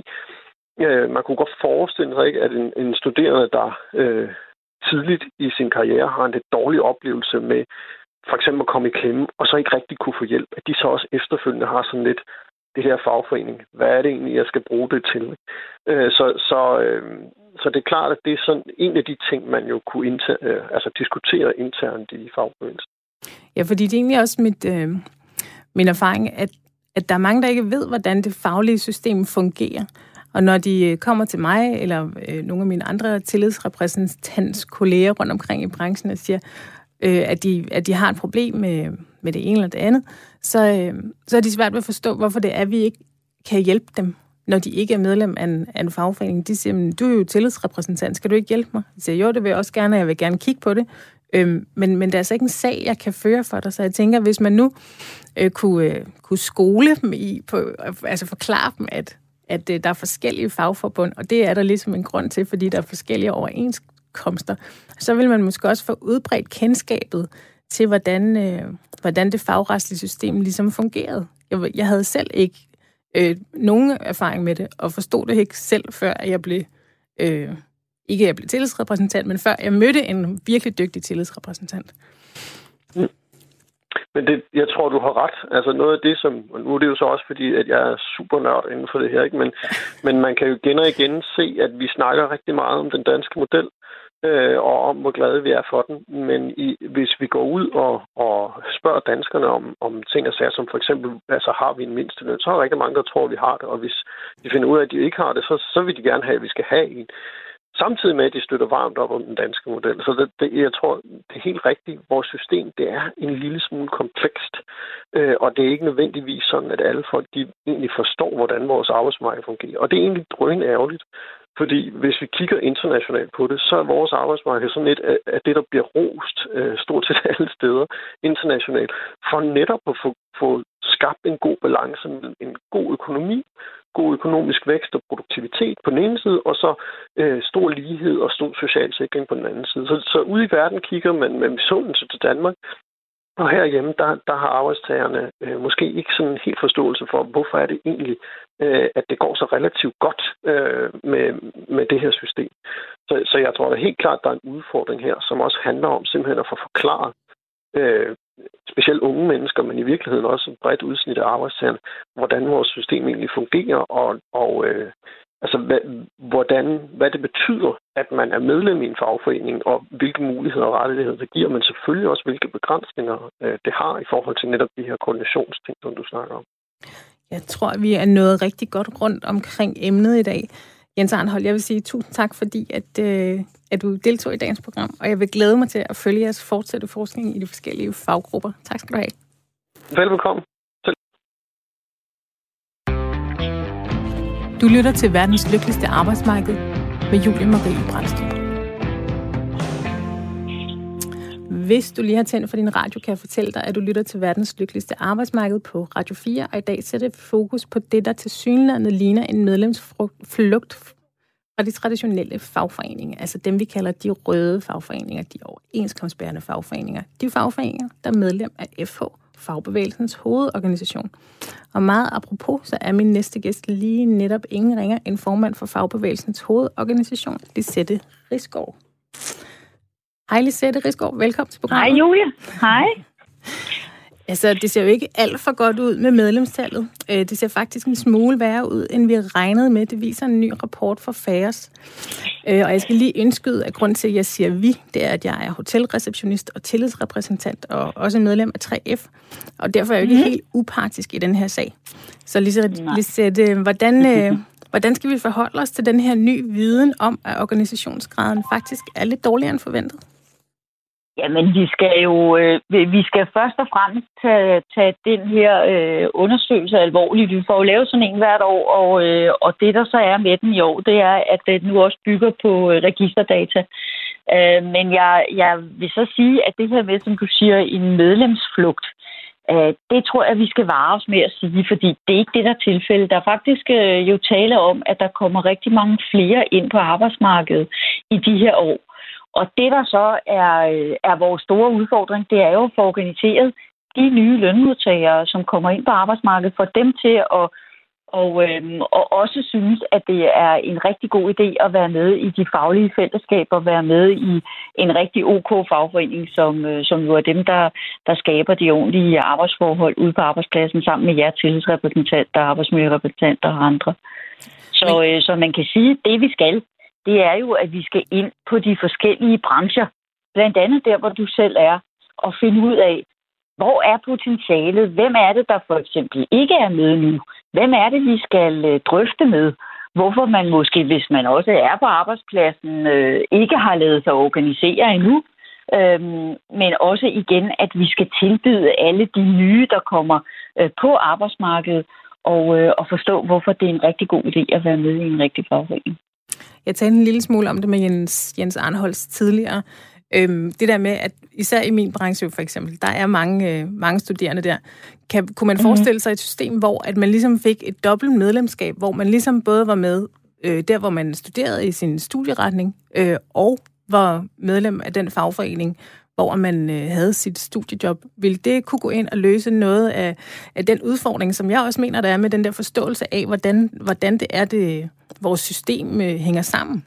øh, man kunne godt forestille sig, ikke, at en, en studerende, der øh, tidligt i sin karriere har en lidt dårlig oplevelse med for eksempel at komme i klemme, og så ikke rigtig kunne få hjælp, at de så også efterfølgende har sådan lidt det her fagforening. Hvad er det egentlig, jeg skal bruge det til? Øh, så, så, øh, så det er klart, at det er sådan en af de ting, man jo kunne inter, øh, altså diskutere internt i fagbevægelsen. Ja, fordi det er egentlig også mit, øh, min erfaring, at, at der er mange, der ikke ved, hvordan det faglige system fungerer. Og når de kommer til mig, eller øh, nogle af mine andre tillidsrepræsentantskolleger rundt omkring i branchen, og siger, øh, at, de, at de har et problem med, med det ene eller det andet, så, øh, så er de svært ved at forstå, hvorfor det er, at vi ikke kan hjælpe dem, når de ikke er medlem af en, af en fagforening. De siger, du er jo tillidsrepræsentant, skal du ikke hjælpe mig? Jeg siger, jo, det vil jeg også gerne, og jeg vil gerne kigge på det. Øhm, men, men der er altså ikke en sag, jeg kan føre for dig, så jeg tænker, hvis man nu øh, kunne, øh, kunne skole dem i, på, altså forklare dem, at, at øh, der er forskellige fagforbund, og det er der ligesom en grund til, fordi der er forskellige overenskomster, så vil man måske også få udbredt kendskabet til, hvordan, øh, hvordan det fagretslige system ligesom fungerede. Jeg, jeg havde selv ikke øh, nogen erfaring med det, og forstod det ikke selv, før jeg blev... Øh, Ikke at jeg blev tillidsrepræsentant, men før jeg mødte en virkelig dygtig tillidsrepræsentant. Mm. Men det, jeg tror, du har ret. Altså noget af det, som... Og nu er det jo så også fordi, at jeg er super nørd inden for det her, ikke? Men, men man kan jo igen og igen se, at vi snakker rigtig meget om den danske model, øh, og om, hvor glade vi er for den. Men i, hvis vi går ud og, og spørger danskerne om, om ting og sager, som for eksempel, altså har vi en mindsteløn, så er der rigtig mange, der tror, vi har det. Og hvis de finder ud af, at de ikke har det, så, så vil de gerne have, at vi skal have en. Samtidig med, at de støtter varmt op om den danske model. Så det, det, jeg tror, det er helt rigtigt. Vores system, det er en lille smule komplekst. Øh, og det er ikke nødvendigvis sådan, at alle folk de egentlig forstår, hvordan vores arbejdsmarked fungerer. Og det er egentlig drønende ærgerligt. Fordi hvis vi kigger internationalt på det, så er vores arbejdsmarked sådan et af det, der bliver rost øh, stort set alle steder internationalt. For netop at få, få skabt en god balance mellem en god økonomi, god økonomisk vækst og produktivitet på den ene side, og så øh, stor lighed og stor social sikring på den anden side. Så, så ude i verden kigger man med misundelse til Danmark, og herhjemme, der, der har arbejdstagerne øh, måske ikke sådan helt forståelse for, hvorfor er det egentlig, øh, at det går så relativt godt øh, med, med det her system. Så, så jeg tror da helt klart, at der er en udfordring her, som også handler om simpelthen at få forklaret øh, specielt unge mennesker, men i virkeligheden også et bredt udsnit af arbejdstagerne, hvordan vores system egentlig fungerer, og, og øh, altså, hvad, hvordan, hvad det betyder, at man er medlem i en fagforening, og hvilke muligheder og rettigheder det giver, men selvfølgelig også, hvilke begrænsninger øh, det har i forhold til netop de her koordinationsting, som du snakker om. Jeg tror, vi er nået rigtig godt rundt omkring emnet i dag. Jens Arnhold, jeg vil sige tusind tak, fordi at, øh, at du deltog i dagens program, og jeg vil glæde mig til at følge jeres fortsatte forskning i de forskellige faggrupper. Tak skal du have. Velbekomme. Du lytter til verdens lykkeligste arbejdsmarked med Julie Marie Brandstrup. Hvis du lige har tændt for din radio, kan jeg fortælle dig, at du lytter til verdens lykkeligste arbejdsmarked på Radio fire, og i dag sætter vi fokus på det, der tilsyneladende ligner en medlemsflugt fra de traditionelle fagforeninger, altså dem, vi kalder de røde fagforeninger, de overenskomstbærende fagforeninger. De fagforeninger, der er medlem af F H, fagbevægelsens hovedorganisation. Og meget apropos, så er min næste gæst lige netop ingen ringer end formand for fagbevægelsens hovedorganisation, Lisette Risgaard. Hej Lisette Risgaard, velkommen til programmet. Hej Julie, hej. Altså, det ser jo ikke alt for godt ud med medlemstallet. Det ser faktisk en smule værre ud, end vi regnede med. Det viser en ny rapport fra FAOS. Og jeg skal lige indskyde, at grund til, at jeg siger vi, det er, at jeg er hotelreceptionist og tillidsrepræsentant, og også medlem af tre F. Og derfor er jeg jo ikke mm. helt upartisk i den her sag. Så Lisette, hvordan, hvordan skal vi forholde os til den her ny viden om, at organisationsgraden faktisk er lidt dårligere end forventet? Jamen, vi skal jo øh, vi skal først og fremmest tage, tage den her øh, undersøgelse alvorligt. Vi får jo lavet sådan en hvert år, og, øh, og det, der så er med den i år, det er, at det nu også bygger på øh, registerdata. Øh, men jeg, jeg vil så sige, at det her med, som du siger, en medlemsflugt, øh, det tror jeg, vi skal vare os med at sige, fordi det er ikke det, der er tilfælde. Der er faktisk øh, jo tale om, at der kommer rigtig mange flere ind på arbejdsmarkedet i de her år. Og det, der så er, er vores store udfordring, det er jo at få organiseret de nye lønmodtagere, som kommer ind på arbejdsmarkedet, for dem til at og, øhm, og også synes, at det er en rigtig god idé at være med i de faglige fællesskaber, være med i en rigtig OK fagforening, som, som jo er dem, der, der skaber de ordentlige arbejdsforhold ude på arbejdspladsen sammen med jer tillidsrepræsentanter, arbejdsmiljørepræsentanter og andre. Så, øh, så man kan sige, at det vi skal, det er jo, at vi skal ind på de forskellige brancher, blandt andet der, hvor du selv er, og finde ud af, hvor er potentialet? Hvem er det, der for eksempel ikke er med nu? Hvem er det, vi skal drøfte med? Hvorfor man måske, hvis man også er på arbejdspladsen, øh, ikke har lavet sig organisere endnu. Øhm, men også igen, at vi skal tilbyde alle de nye, der kommer øh, på arbejdsmarkedet, og, øh, og forstå, hvorfor det er en rigtig god idé at være med i en rigtig fagforening. Jeg talte en lille smule om det med Jens, Jens Arnholds tidligere. Øhm, det der med, at især i min branche for eksempel, der er mange, øh, mange studerende der. Kan, kunne man forestille sig et system, hvor at man ligesom fik et dobbelt medlemskab, hvor man ligesom både var med øh, der, hvor man studerede i sin studieretning, øh, og var medlem af den fagforening, hvor man øh, havde sit studiejob. Vil det kunne gå ind og løse noget af, af den udfordring, som jeg også mener, der er med den der forståelse af, hvordan, hvordan det er, det vores system øh, hænger sammen?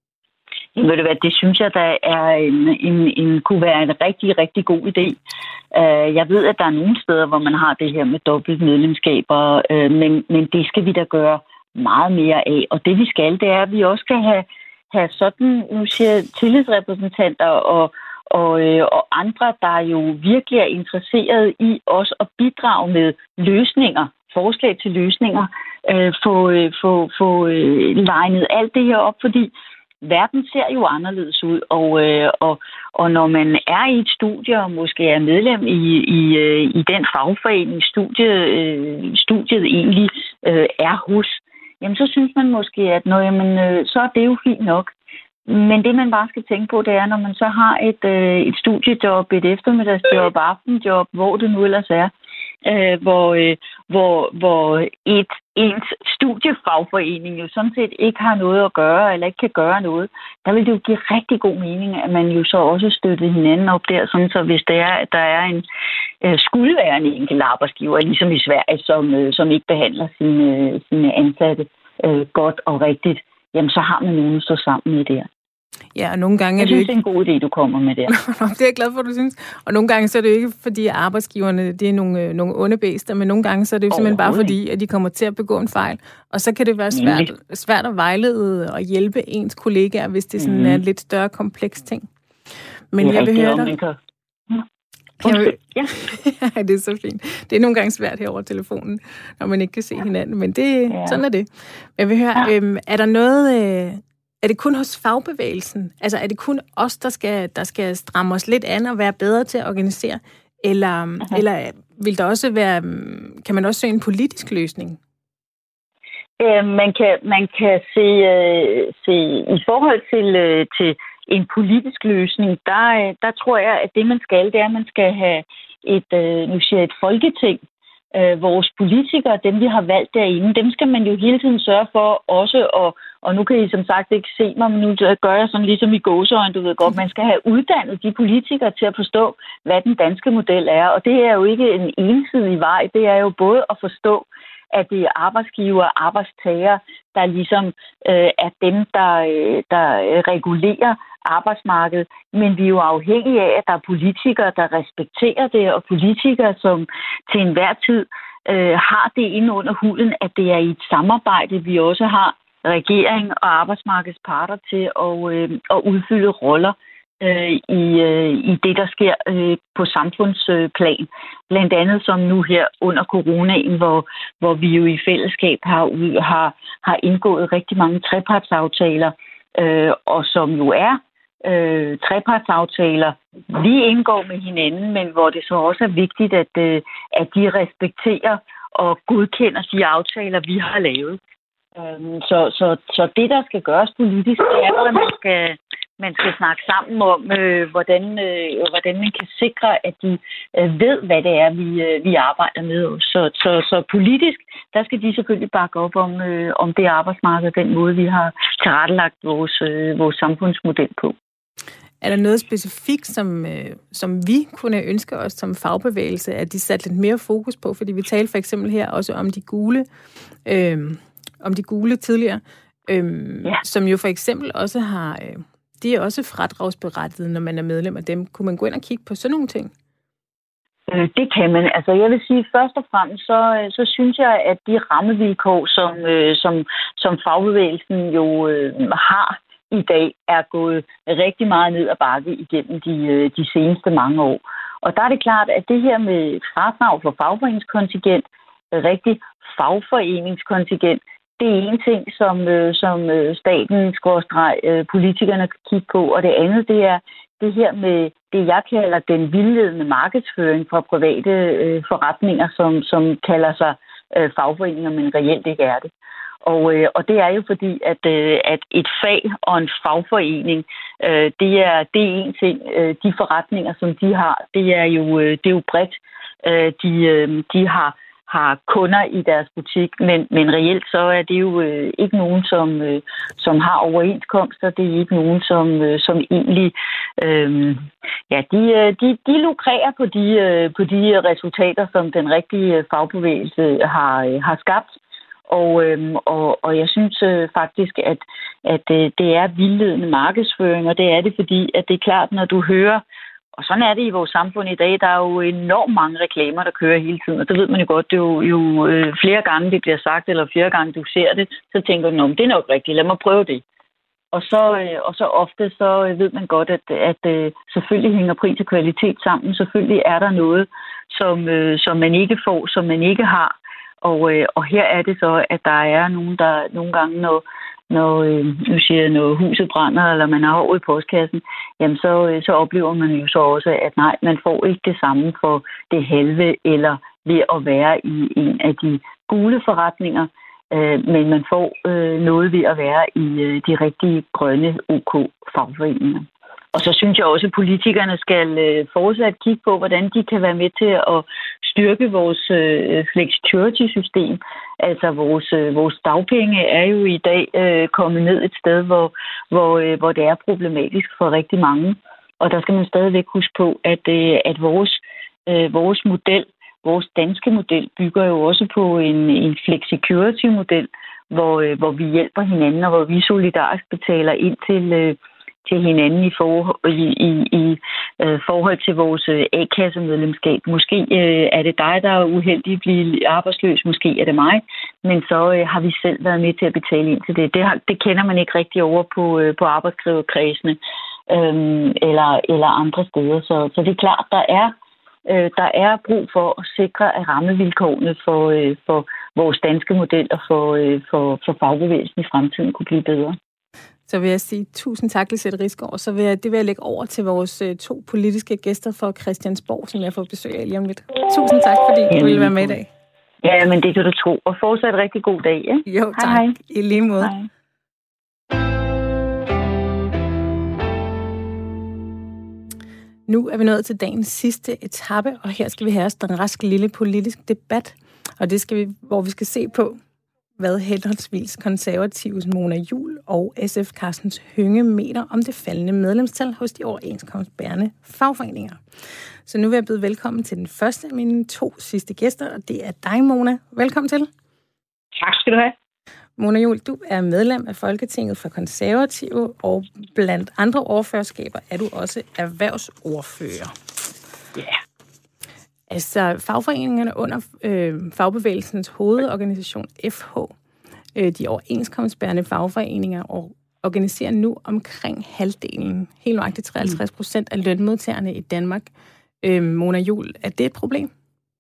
Ved du hvad, det synes jeg, der er en, en, en, kunne være en rigtig, rigtig god idé. Uh, jeg ved, at der er nogle steder, hvor man har det her med dobbelt medlemskaber, uh, men, men det skal vi da gøre meget mere af. Og det vi skal, det er, at vi også skal have, have sådan, nu siger jeg, tillidsrepræsentanter og, og, øh, og andre, der jo virkelig er interesseret i også at bidrage med løsninger, forslag til løsninger, uh, få, øh, få, få øh, legnet alt det her op, fordi verden ser jo anderledes ud, og, øh, og, og når man er i et studie og måske er medlem i, i, øh, i den fagforening, studie, øh, studiet egentlig øh, er hos, jamen så synes man måske, at når, jamen, øh, så er det jo fint nok. Men det, man bare skal tænke på, det er, når man så har et, øh, et studiejob, et eftermiddagsjob, aftenjob, hvor det nu ellers er, øh, hvor, øh, hvor, hvor et, ens studiefagforening jo sådan set ikke har noget at gøre, eller ikke kan gøre noget. Der vil det jo give rigtig god mening, at man jo så også støtter hinanden op der, sådan så hvis der er, at der er en øh, skulle være en enkelt arbejdsgiver, ligesom i Sverige, som, øh, som ikke behandler sine, sine ansatte øh, godt og rigtigt, jamen så har man nogen at stå sammen med der. Ja, og nogle gange er jeg det synes, ikke... det er en god idé, du kommer med der. Det er jeg glad for, du synes. Og nogle gange så er det jo ikke, fordi arbejdsgiverne det er nogle, nogle onde bæster, men nogle gange så er det jo simpelthen bare fordi, at de kommer til at begå en fejl. Og så kan det være svært, svært at vejlede og hjælpe ens kollegaer, hvis det sådan mm. er en lidt større kompleks ting. Men jeg vil høre dig... Kan... Jeg vil... Ja. Ja, det er så fint. Det er nogle gange svært her over telefonen, når man ikke kan se hinanden, men det, ja. Sådan er det. Jeg vil høre, ja. øhm, er der noget... Øh... Er det kun hos fagbevægelsen? Altså, er det kun os, der skal, der skal stramme os lidt an og være bedre til at organisere? Eller, uh-huh. eller vil der også være... Kan man også se en politisk løsning? Uh, man kan, man kan se, uh, se... I forhold til, uh, til en politisk løsning, der, der tror jeg, at det, man skal, det er, at man skal have et, uh, nu siger jeg, et folketing. Uh, vores politikere, dem vi har valgt derinde, dem skal man jo hele tiden sørge for også at... Og nu kan I som sagt ikke se mig, men nu gør jeg sådan ligesom i gåseøjne, du ved godt. Man skal have uddannet de politikere til at forstå, hvad den danske model er. Og det er jo ikke en ensidig vej. Det er jo både at forstå, at det er arbejdsgiver og arbejdstager, der ligesom øh, er dem, der, øh, der regulerer arbejdsmarkedet. Men vi er jo afhængige af, at der er politikere, der respekterer det, og politikere, som til enhver tid øh, har det inde under huden, at det er i et samarbejde, vi også har regering og arbejdsmarkedets parter til at, øh, at udfylde roller øh, i, øh, i det, der sker øh, på samfundsplan. Blandt andet som nu her under coronaen, hvor, hvor vi jo i fællesskab har, har, har indgået rigtig mange trepartsaftaler, øh, og som jo er øh, trepartsaftaler, vi indgår med hinanden, men hvor det så også er vigtigt, at, øh, at de respekterer og godkender de aftaler, vi har lavet. Så, så, så det, der skal gøres politisk, det er, at man skal, man skal snakke sammen om, øh, hvordan, øh, hvordan man kan sikre, at de øh, ved, hvad det er, vi, øh, vi arbejder med. Så, så, så politisk, der skal de selvfølgelig bakke op om, øh, om det arbejdsmarked, den måde, vi har tilrettelagt vores, øh, vores samfundsmodel på. Er der noget specifikt, som, øh, som vi kunne ønske os som fagbevægelse, at de satte lidt mere fokus på? Fordi vi talte for eksempel her også om de gule... Øh, om de gule tidligere, øhm, ja. Som jo for eksempel også har, øh, de er også fradragsberettigede, når man er medlem af dem. Kunne man gå ind og kigge på sådan nogle ting? Øh, det kan man. Altså, jeg vil sige, først og fremmest, så, så synes jeg, at de rammevilkår, som, øh, som, som fagbevægelsen jo øh, har i dag, er gået rigtig meget ned ad bakke igennem de, øh, de seneste mange år. Og der er det klart, at det her med fradrag for fagforeningskontingent, rigtig fagforeningskontingent, det er en ting, som, øh, som øh, staten, skråstreg, øh, politikerne kan kigge på. Og det andet, det er det her med det, jeg kalder den vildledende markedsføring fra private øh, forretninger, som, som kalder sig øh, fagforeninger, men reelt ikke er det. Og, øh, og det er jo fordi, at, øh, at et fag og en fagforening, øh, det, er, det er en ting. Øh, de forretninger, som de har, det er jo, øh, det er jo bredt. Øh, de, øh, de har har kunder i deres butik, men, men reelt så er det jo øh, ikke nogen, som, øh, som har overenskomster. Det er ikke nogen, som, øh, som egentlig øh, ja, de, de, de lukrerer på de, øh, på de resultater, som den rigtige fagbevægelse har, øh, har skabt. Og, øh, og, og jeg synes øh, faktisk, at, at øh, det er vildledende markedsføring, og det er det, fordi at det er klart, når du hører. Og sådan er det i vores samfund i dag. Der er jo enormt mange reklamer, der kører hele tiden. Og det ved man jo godt. Det er jo, jo øh, flere gange, det bliver sagt, eller flere gange, du ser det, så tænker du, det er nok rigtigt. Lad mig prøve det. Og så, øh, og så ofte, så ved man godt, at, at øh, selvfølgelig hænger pris og kvalitet sammen. Selvfølgelig er der noget, som, øh, som man ikke får, som man ikke har. Og, øh, og her er det så, at der er nogen, der nogle gange, når Når, øh, nu siger jeg, når huset brænder, eller man er over i postkassen, jamen så, øh, så oplever man jo så også, at nej, man får ikke det samme for det halve, eller ved at være i en af de gule forretninger, øh, men man får øh, noget ved at være i øh, de rigtige grønne OK-fagforeninger. Og så synes jeg også, at politikerne skal øh, fortsat kigge på, hvordan de kan være med til at styrke vores øh, flexicurity-system. Altså vores, øh, vores dagpenge er jo i dag øh, kommet ned et sted, hvor, hvor, øh, hvor det er problematisk for rigtig mange. Og der skal man stadigvæk huske på, at, øh, at vores, øh, vores model, vores danske model, bygger jo også på en, en flexicurity-model, hvor, øh, hvor vi hjælper hinanden, og hvor vi solidarisk betaler ind til, øh, til hinanden i, for, i, i, i øh, forhold til vores øh, A-kassemedlemskab. Måske øh, er det dig, der er uheldig at blive arbejdsløs, måske er det mig, men så øh, har vi selv været med til at betale ind til det. Det, har, det kender man ikke rigtig over på, øh, på arbejdsgiverkredsene øh, eller, eller andre steder. Så, så det er klart, der er øh, der er brug for at sikre, at rammevilkårene for, øh, for vores danske model og for, øh, for, for fagbevægelsen i fremtiden kunne blive bedre. Så vil jeg sige tusind tak, Lisette Risgaard. Så vil jeg, det vil jeg lægge over til vores øh, to politiske gæster fra Christiansborg, som jeg får besøg af lige om lidt. Tusind tak, fordi du ville være med i dag. Ja, men det kan du tro. Og fortsat en rigtig god dag. Ja? Jo, tak. Hej, hej. I lige måde. Hej. Nu er vi nået til dagens sidste etape, og her skal vi have os den raske lille politisk debat. Og det skal vi, hvor vi skal se på, hvad henholdsvis konservatives Mona Juul og S F Karstens Hønge mener om det faldende medlemstal hos de overenskomstbærende fagforeninger. Så nu vil jeg byde velkommen til den første af mine to sidste gæster, og det er dig, Mona. Velkommen til. Tak skal du have. Mona Juul, du er medlem af Folketinget for Konservative, og blandt andre ordførerskaber er du også erhvervsordfører. Ja. Yeah. Altså, fagforeningerne under øh, fagbevægelsens hovedorganisation F H, øh, de overenskomstbærende fagforeninger, og organiserer nu omkring halvdelen, helt nøjagtigt treoghalvtreds procent af lønmodtagerne i Danmark. Øh, Mona Juul, er det et problem?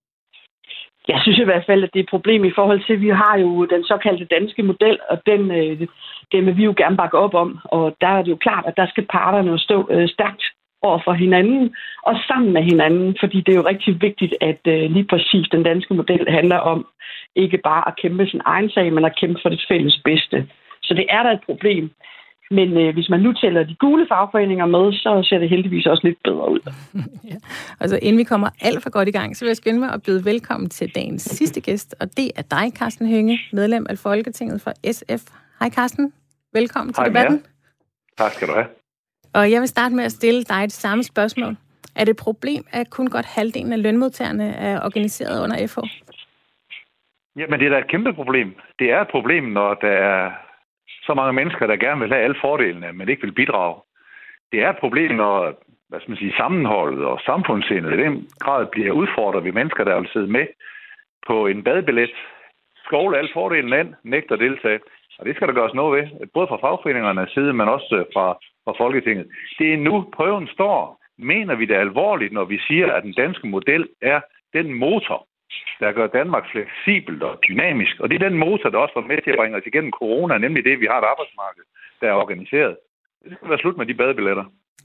Jeg synes i hvert fald, at det er et problem i forhold til, at vi har jo den såkaldte danske model, og den, øh, den vil vi jo gerne bakke op om. Og der er det jo klart, at der skal parterne stå øh, stærkt over for hinanden og sammen med hinanden, fordi det er jo rigtig vigtigt, at øh, lige præcis den danske model handler om ikke bare at kæmpe sin egen sag, men at kæmpe for det fælles bedste. Så det er da et problem. Men øh, hvis man nu tæller de gule fagforeninger med, så ser det heldigvis også lidt bedre ud. Ja. Altså inden vi kommer alt for godt i gang, så vil jeg skynde mig at byde velkommen til dagens sidste gæst, og det er dig, Karsten Hønge, medlem af Folketinget for S F. Hej Karsten, velkommen til Hej, debatten. Ja. Tak skal du have. Og jeg vil starte med at stille dig det samme spørgsmål. Er det et problem, at kun godt halvdelen af lønmodtagerne er organiseret under F H? Jamen, det er da et kæmpe problem. Det er et problem, når der er så mange mennesker, der gerne vil have alle fordelene, men ikke vil bidrage. Det er et problem, når hvad skal man sige, sammenholdet og samfundssindet i den grad bliver udfordret ved mennesker, der vil sidde med på en badebillet, skovle alle fordelene ind, nægter at deltage. Og det skal der gøres noget ved, både fra fagforeningernes side, men også fra, fra Folketinget. Det er nu prøven står. Mener vi det alvorligt, når vi siger, at den danske model er den motor, der gør Danmark fleksibelt og dynamisk. Og det er den motor, der også var med til at bringe os igennem corona, nemlig det, vi har et arbejdsmarked, der er organiseret. Det skal være slut med de badebilletter.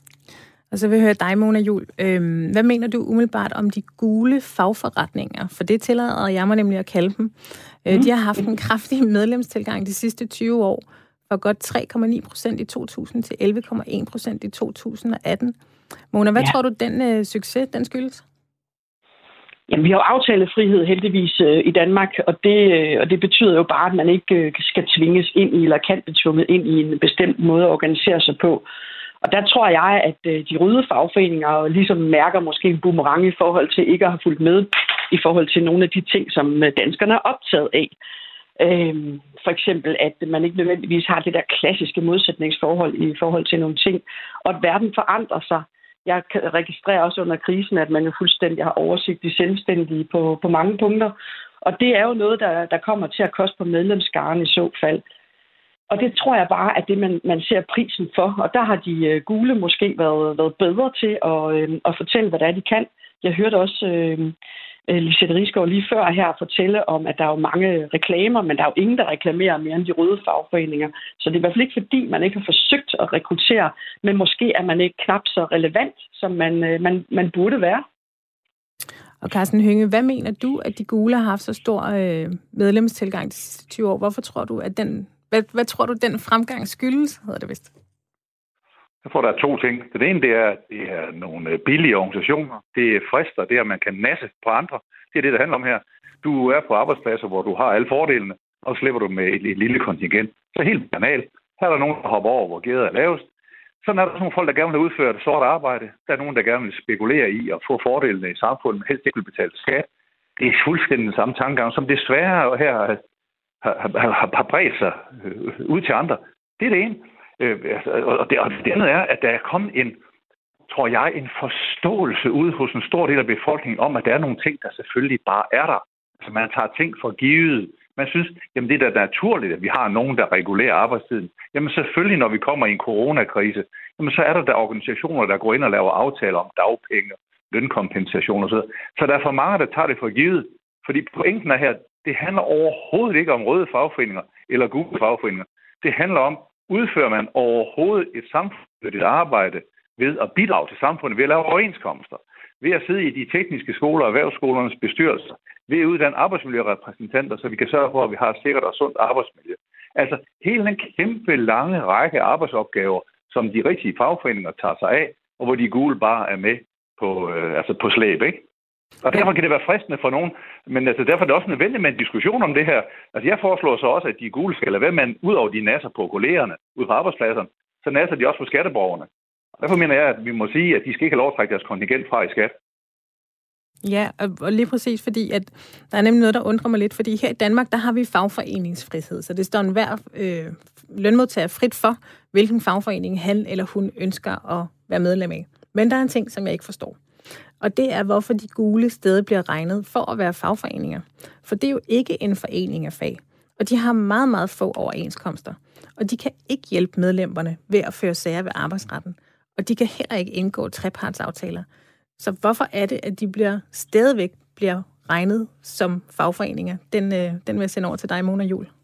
Og så vil jeg høre dig, Mona Juul. Øhm, hvad mener du umiddelbart om de gule fagforretninger? For det tillader jeg mig nemlig at kalde dem. Øh, de har haft en kraftig medlemstilgang de sidste tyve år, fra godt tre komma ni procent i to tusind til elleve komma en procent i to tusind og atten. Mona, hvad ja. tror du, den øh, succes, den skyldes? Jamen, vi har jo aftalefrihed heldigvis øh, i Danmark, og det, øh, og det betyder jo bare, at man ikke øh, skal tvinges ind i, eller kan blive tvunget ind i en bestemt måde at organisere sig på. Og der tror jeg, at øh, de røde fagforeninger ligesom mærker måske en boomerang i forhold til ikke at have fulgt med i forhold til nogle af de ting, som danskerne er optaget af. Øhm, for eksempel, at man ikke nødvendigvis har det der klassiske modsætningsforhold i forhold til nogle ting, og at verden forandrer sig. Jeg registrerer også under krisen, at man jo fuldstændig har oversigt de selvstændige på, på mange punkter, og det er jo noget, der, der kommer til at koste på medlemsskaren i så fald. Og det tror jeg bare, at det, man, man ser prisen for, og der har de uh, gule måske været, været bedre til at, uh, at fortælle, hvad det er, de kan. Jeg hørte også uh, Lisette Risgaard lige før her fortælle om, at der er jo mange reklamer, men der er jo ingen, der reklamerer mere end de røde fagforeninger. Så det er i hvert fald ikke, fordi man ikke har forsøgt at rekruttere, men måske er man ikke knap så relevant, som man, man, man burde være. Og Karsten Hønge, hvad mener du, at de gule har haft så stor øh, medlemstilgang de sidste tyve år? Hvorfor tror du, at den, hvad, hvad tror du, den fremgang skyldes, hedder det vist? Jeg tror, der er to ting. Det ene, det er, at det er nogle billige organisationer. Det er frister, det er, at man kan nasse på andre. Det er det, det handler om her. Du er på arbejdspladser, hvor du har alle fordelene, og slipper du med et, et lille kontingent. Så helt banalt. Her er der nogen, der hopper over, hvor gæret er lavest. Sådan er der sådan nogle folk, der gerne vil udføre det sort arbejde. Der er nogen, der gerne vil spekulere i at få fordelene i samfundet, men helst ikke vil betale skat. Det er fuldstændig den samme tankegang, som desværre her har, har, har, har bredt sig ud til andre. Det er det ene. Og det, og det andet er, at der er kommet en, tror jeg, en forståelse ude hos en stor del af befolkningen om, at der er nogle ting, der selvfølgelig bare er der. Altså man tager ting for givet. Man synes, jamen det er da naturligt, at vi har nogen, der regulerer arbejdstiden. Jamen selvfølgelig, når vi kommer i en coronakrise, jamen så er der der organisationer, der går ind og laver aftaler om dagpenge, lønkompensation osv. Så der er for mange, der tager det for givet. Fordi pointen er her, det handler overhovedet ikke om røde fagforeninger eller gule fagforeninger. Det handler om, udfører man overhovedet et samfundsnyttigt arbejde ved at bidrage til samfundet, ved at lave overenskomster, ved at sidde i de tekniske skoler og erhvervsskolernes bestyrelser, ved at uddanne arbejdsmiljørepræsentanter, så vi kan sørge for, at vi har et sikkert og sundt arbejdsmiljø. Altså hele den kæmpe lange række arbejdsopgaver, som de rigtige fagforeninger tager sig af, og hvor de gule bare er med på, øh, altså på slæb, ikke? Og derfor kan det være fristende for nogen, men altså, derfor er det også nødvendigt med en diskussion om det her. Altså jeg foreslår så også, at de gule skal lade være med, ud over de nasser på kollegerne ude på arbejdspladserne, så nasser de også på skatteborgerne. Og derfor mener jeg, at vi må sige, at de skal ikke have lov at trække deres kontingent fra i skat. Ja, og lige præcis fordi, at der er nemlig noget, der undrer mig lidt, fordi her i Danmark, der har vi fagforeningsfrihed, så det står en hver øh, lønmodtager frit for, hvilken fagforening han eller hun ønsker at være medlem af. Men der er en ting, som jeg ikke forstår. Og det er, hvorfor de gule steder bliver regnet for at være fagforeninger. For det er jo ikke en forening af fag. Og de har meget, meget få overenskomster. Og de kan ikke hjælpe medlemmerne ved at føre sager ved arbejdsretten. Og de kan heller ikke indgå trepartsaftaler. Så hvorfor er det, at de bliver stadigvæk bliver regnet som fagforeninger? Den, øh, den vil jeg sende over til dig, Mona Juul.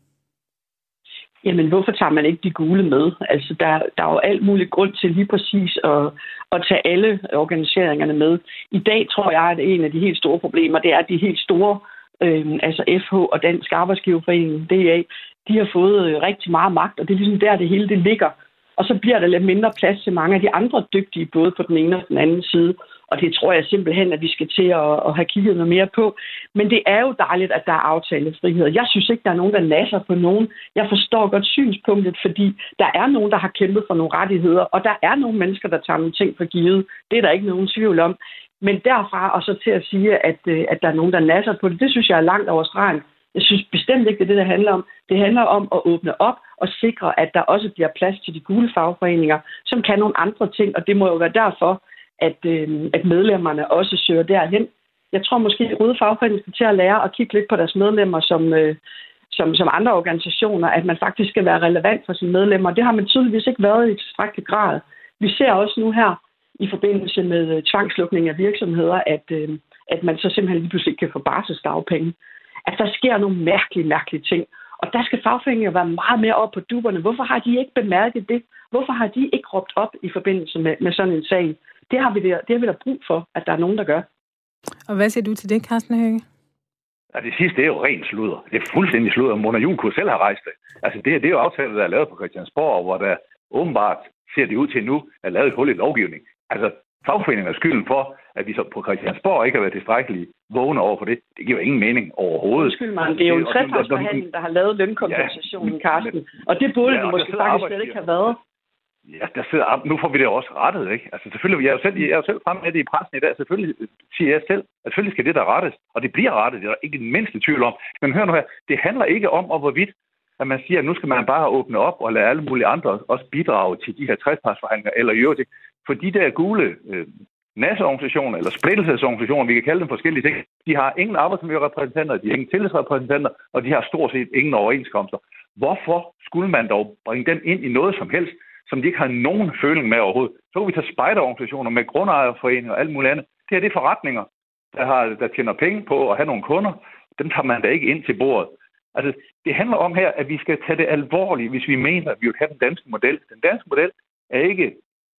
Jamen, hvorfor tager man ikke de gule med? Altså, der, der er jo alt muligt grund til lige præcis at, at tage alle organiseringerne med. I dag tror jeg, at en af de helt store problemer, det er, at de helt store, øh, altså F H og Dansk Arbejdsgiverforening, D A, de har fået øh, rigtig meget magt, og det er ligesom der, det hele det ligger. Og så bliver der lidt mindre plads til mange af de andre dygtige, både på den ene og den anden side. Og det tror jeg simpelthen, at vi skal til at, at have kigget noget mere på. Men det er jo dejligt, at der er aftalefrihed. Jeg synes ikke, der er nogen, der nasser på nogen. Jeg forstår godt synspunktet, fordi der er nogen, der har kæmpet for nogle rettigheder, og der er nogle mennesker, der tager nogle ting for givet. Det er der ikke nogen tvivl om. Men derfra og så til at sige, at, at der er nogen, der nasser på det, det synes jeg er langt over stregen. Jeg synes bestemt ikke, det er det, det handler om. Det handler om at åbne op og sikre, at der også bliver plads til de gule fagforeninger, som kan nogle andre ting, og det må jo være derfor, at, øh, at medlemmerne også søger derhen. Jeg tror måske, at røde fagforeninger skal til at lære at kigge lidt på deres medlemmer som, øh, som, som andre organisationer, at man faktisk skal være relevant for sine medlemmer. Det har man tydeligvis ikke været i tilstrækkelig grad. Vi ser også nu her, i forbindelse med øh, tvangslukning af virksomheder, at, øh, at man så simpelthen lige pludselig kan få barselsdagpenge. At der sker nogle mærkelige, mærkelige ting. Og der skal fagforeninger være meget mere op på duberne. Hvorfor har de ikke bemærket det? Hvorfor har de ikke råbt op i forbindelse med, med sådan en sag? Det har, vi der, det har vi da brug for, at der er nogen, der gør. Og hvad siger du til det, Carsten Hønge? Ja, det sidste det er jo rent sludder. Det er fuldstændig sludder. Mona Juul kunne selv have rejst det. Altså det, det er jo aftaler, der er lavet på Christiansborg, hvor der åbenbart ser det ud til nu, er lavet et hul i lovgivning. Altså fagforeninger er skylden for, at vi så på Christiansborg ikke har været tilstrækkeligt vågne over for det. Det giver ingen mening overhovedet. Undskyld mig, det er jo en trepartsforhandling, der har lavet lønkompensationen, ja, Carsten. Og det burde ja, det måske faktisk slet ikke have været. Ja, der sidder, nu får vi det også rettet, ikke? Altså selvfølgelig, jeg er jo selv, jeg er jo selv fremme med det i pressen i dag, selvfølgelig siger jeg selv, at selvfølgelig skal det der rettes, og det bliver rettet, det er der ikke en mindste tvivl om. Men hør nu her, det handler ikke om, og hvorvidt, at man siger, at nu skal man bare åbne op og lade alle mulige andre også bidrage til de her trepartsforhandlinger, eller i øvrigt, for de der gule øh, nasseorganisationer, eller splittelsesorganisationer, vi kan kalde dem forskellige ting, de har ingen arbejdsmiljørepræsentanter, de har ingen tillidsrepræsentanter, og de har stort set ingen overenskomster. Hvorfor skulle man dog bringe dem ind i noget som helst, som de ikke har nogen føling med overhovedet? Så kan vi tage spejderorganisationer med grundejerforeninger og alt muligt andet. Det her det er forretninger, der, har, der tjener penge på at have nogle kunder. Dem tager man da ikke ind til bordet. Altså, det handler om her, at vi skal tage det alvorligt, hvis vi mener, at vi vil have den danske model. Den danske model er ikke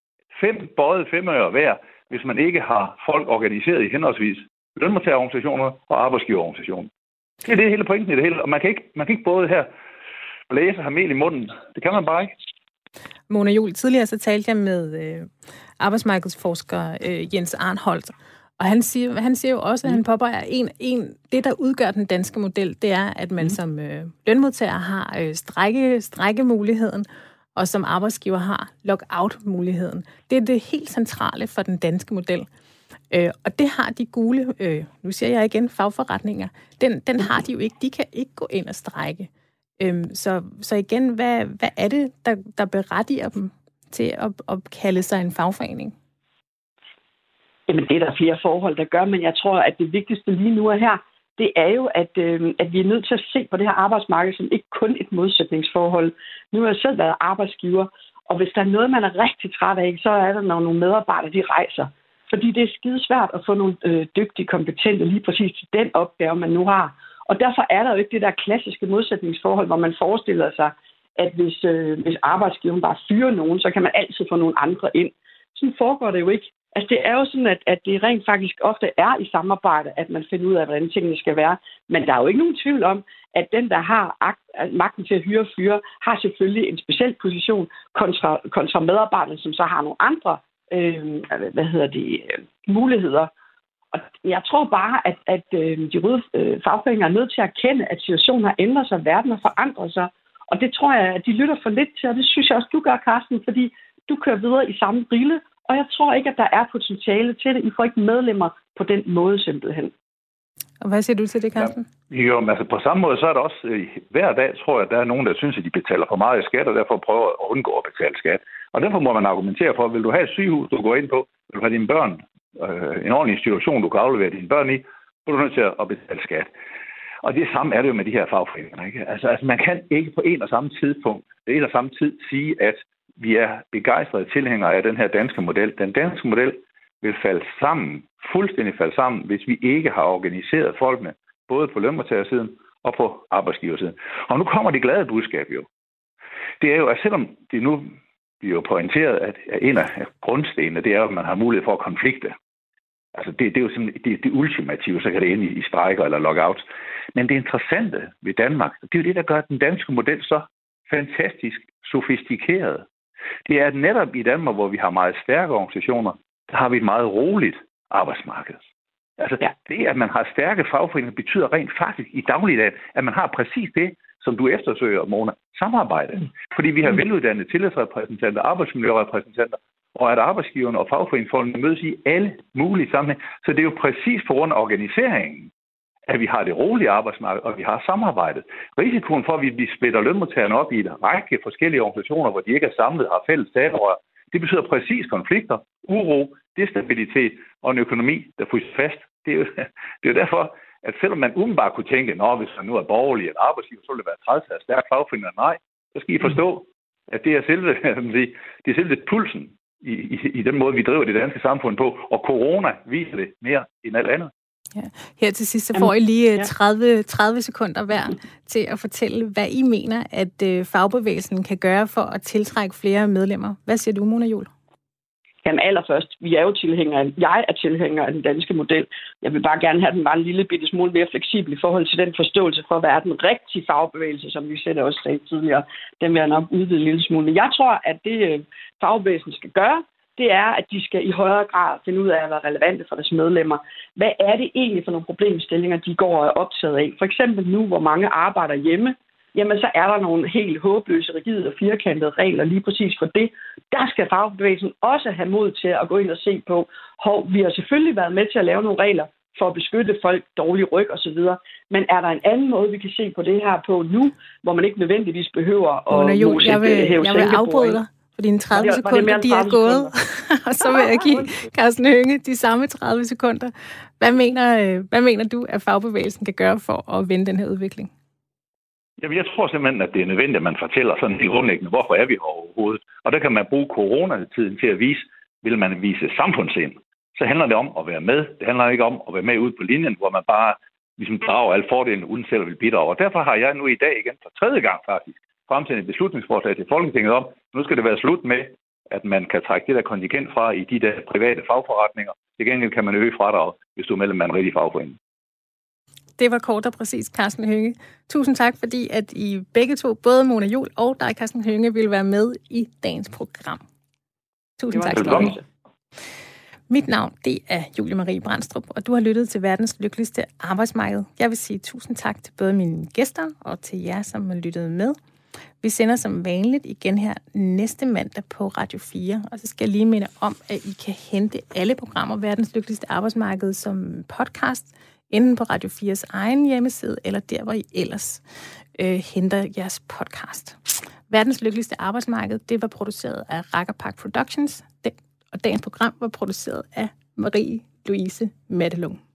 fem bøjet femøre hver, hvis man ikke har folk organiseret i henholdsvis lønmodtagerorganisationer og arbejdsgiverorganisationer. Det er det hele pointen i det hele. Og man kan ikke, man kan ikke både her blæse og have mel i munden. Det kan man bare ikke. Mona Juul, tidligere så talte jeg med øh, arbejdsmarkedsforsker øh, Jens Arnholdt, og han siger, han siger jo også, at han påpeger, en, en, det, der udgør den danske model, det er, at man mm. som øh, lønmodtager har øh, strække, strækkemuligheden, og som arbejdsgiver har lockout-muligheden. Det er det helt centrale for den danske model. Øh, og det har de gule, øh, nu siger jeg igen, fagforretninger, den, den har de jo ikke. De kan ikke gå ind og strejke. Øh, så, så igen, hvad, hvad er det, der, der berettiger dem til at, at kalde sig en fagforening? Jamen, det er der flere forhold, der gør, men jeg tror, at det vigtigste lige nu er her, det er jo, at, øh, at vi er nødt til at se på det her arbejdsmarked som ikke kun et modsætningsforhold. Nu har jeg selv været arbejdsgiver, og hvis der er noget, man er rigtig træt af, så er der, når nogle medarbejdere de rejser. Fordi det er skide svært at få nogle øh, dygtige, kompetente lige præcis til den opgave, man nu har. Og derfor er der jo ikke det der klassiske modsætningsforhold, hvor man forestiller sig, at hvis, øh, hvis arbejdsgiveren bare fyrer nogen, så kan man altid få nogle andre ind. Sådan foregår det jo ikke. Altså det er jo sådan, at, at det rent faktisk ofte er i samarbejde, at man finder ud af, hvordan tingene skal være. Men der er jo ikke nogen tvivl om, at den, der har akt, magten til at hyre og fyre, har selvfølgelig en speciel position kontra, kontra medarbejderne, som så har nogle andre øh, hvad hedder det, øh, muligheder. Og jeg tror bare, at, at øh, de røde øh, fagforeninger er nødt til at erkende, at situationen har ændret sig, verden har forandret sig. Og det tror jeg, at de lytter for lidt til, og det synes jeg også, du gør, Carsten, fordi du kører videre i samme brille. Og jeg tror ikke, at der er potentiale til det. I får ikke medlemmer på den måde simpelthen. Og hvad siger du til det, Carsten? Ja, jo, men altså på samme måde, så er der også øh, hver dag, tror jeg, at der er nogen, der synes, at de betaler for meget i skat, og derfor prøver at undgå at betale skat. Og derfor må man argumentere for, vil du have et sygehus, du går ind på, vil du have dine børn, øh, en ordentlig institution, du kan aflevere dine børn i, så er du nødt til at betale skat. Og det samme er det jo med de her fagforeninger, ikke? Altså, altså man kan ikke på en og samme tidspunkt, en og samme tid sige, at vi er begejstrede tilhængere af den her danske model. Den danske model vil falde sammen, fuldstændig falde sammen, hvis vi ikke har organiseret folkene, både på lønmodtagersiden og på arbejdsgiversiden. Og nu kommer det glade budskab jo. Det er jo, at selvom det nu bliver jo pointeret, at en af grundstenene, det er, at man har mulighed for at konflikte. Altså det, det er jo sådan, det, det ultimative, så kan det ende i, i strejker eller lockouts. Men det interessante ved Danmark, det er jo det, der gør den danske model så fantastisk sofistikeret. Det er at netop i Danmark, hvor vi har meget stærke organisationer, der har vi et meget roligt arbejdsmarked. Altså ja. Det, at man har stærke fagforeninger, betyder rent faktisk i dagligdagen, at man har præcis det, som du eftersøger, Mona, samarbejde. Fordi vi har veluddannede tillidsrepræsentanter, arbejdsmiljørepræsentanter, og at arbejdsgiverne og fagforeningsfolkene mødes i alle mulige sammenhæng. Så det er jo præcis på grund af organiseringen, at vi har det rolige arbejdsmarked, og vi har samarbejdet. Risikoen for, at vi splitter lønmodtagerne op i en række forskellige organisationer, hvor de ikke er samlet og har fælles talerør, det betyder præcis konflikter, uro, destabilitet og en økonomi, der fryser fast. Det er jo, det er jo derfor, at selvom man umiddelbart kunne tænke, at hvis man nu er borgerlig eller arbejdsgiver, så vil det være træls af stærk fagforeninger. Nej, så skal I forstå, at det er selve, det er selve pulsen i, i, i den måde, vi driver det danske samfund på, og corona viser det mere end alt andet. Ja. Her til sidst, så får I lige tredive, tredive sekunder hver til at fortælle, hvad I mener, at øh, fagbevægelsen kan gøre for at tiltrække flere medlemmer. Hvad siger du, Mona Juul? Jamen allerførst, vi er jo tilhængere, jeg er tilhænger af den danske model. Jeg vil bare gerne have den bare en lille bitte smule mere fleksibel i forhold til den forståelse for, hvad er den rigtige fagbevægelse, som vi selv også sagde tidligere. Den vil jeg nok udvide en lille smule. Men jeg tror, at det fagbevægelsen skal gøre, det er, at de skal i højere grad finde ud af at være relevante for deres medlemmer. Hvad er det egentlig for nogle problemstillinger, de går og er optaget af? For eksempel nu, hvor mange arbejder hjemme, jamen så er der nogle helt håbløse, rigide og firkantede regler lige præcis for det. Der skal fagbevægelsen også have mod til at gå ind og se på, hov, vi har selvfølgelig været med til at lave nogle regler for at beskytte folk, dårlig ryg osv., men er der en anden måde, vi kan se på det her på nu, hvor man ikke nødvendigvis behøver at Mona Juul, jeg vil, jeg vil afbryde dig. For dine tredive sekunder, de er gået, og så vil jeg give Carsten Hønge de samme tredive sekunder. Hvad mener, hvad mener du, at fagbevægelsen kan gøre for at vende den her udvikling? Jamen, jeg tror simpelthen, at det er nødvendigt, at man fortæller sådan helt grundlæggende, hvorfor er vi her overhovedet. Og der kan man bruge coronatiden til at vise, vil man vise samfundssind. Så handler det om at være med. Det handler ikke om at være med ude på linjen, hvor man bare ligesom drager alle fordelene uden selv at vil bidrage. Og derfor har jeg nu i dag igen for tredje gang faktisk fremsendt et beslutningsforslag til Folketinget om, nu skal det være slut med, at man kan trække det der kontingent fra i de der private fagforretninger. Til gengæld kan man øge fradrag, hvis du er medlem af en rigtig fagforening. Det var kort og præcis Karsten Hønge. Tusind tak, fordi at I begge to, både Mona Juul og dig, Karsten Hønge, ville være med i dagens program. Tusind tak skal I. Mit navn, det er Julie Marie Brandstrup, og du har lyttet til verdens lykkeligste arbejdsmarked. Jeg vil sige tusind tak til både mine gæster og til jer, som har lyttet med. Vi sender som vanligt igen her næste mandag på Radio fire, og så skal jeg lige minde om, at I kan hente alle programmer Verdens Lykkeligste Arbejdsmarked som podcast, enten på Radio fires egen hjemmeside, eller der, hvor I ellers øh, henter jeres podcast. Verdens Lykkeligste Arbejdsmarked, det var produceret af Rakkerpark Productions, og dagens program var produceret af Marie Louise Mattelung.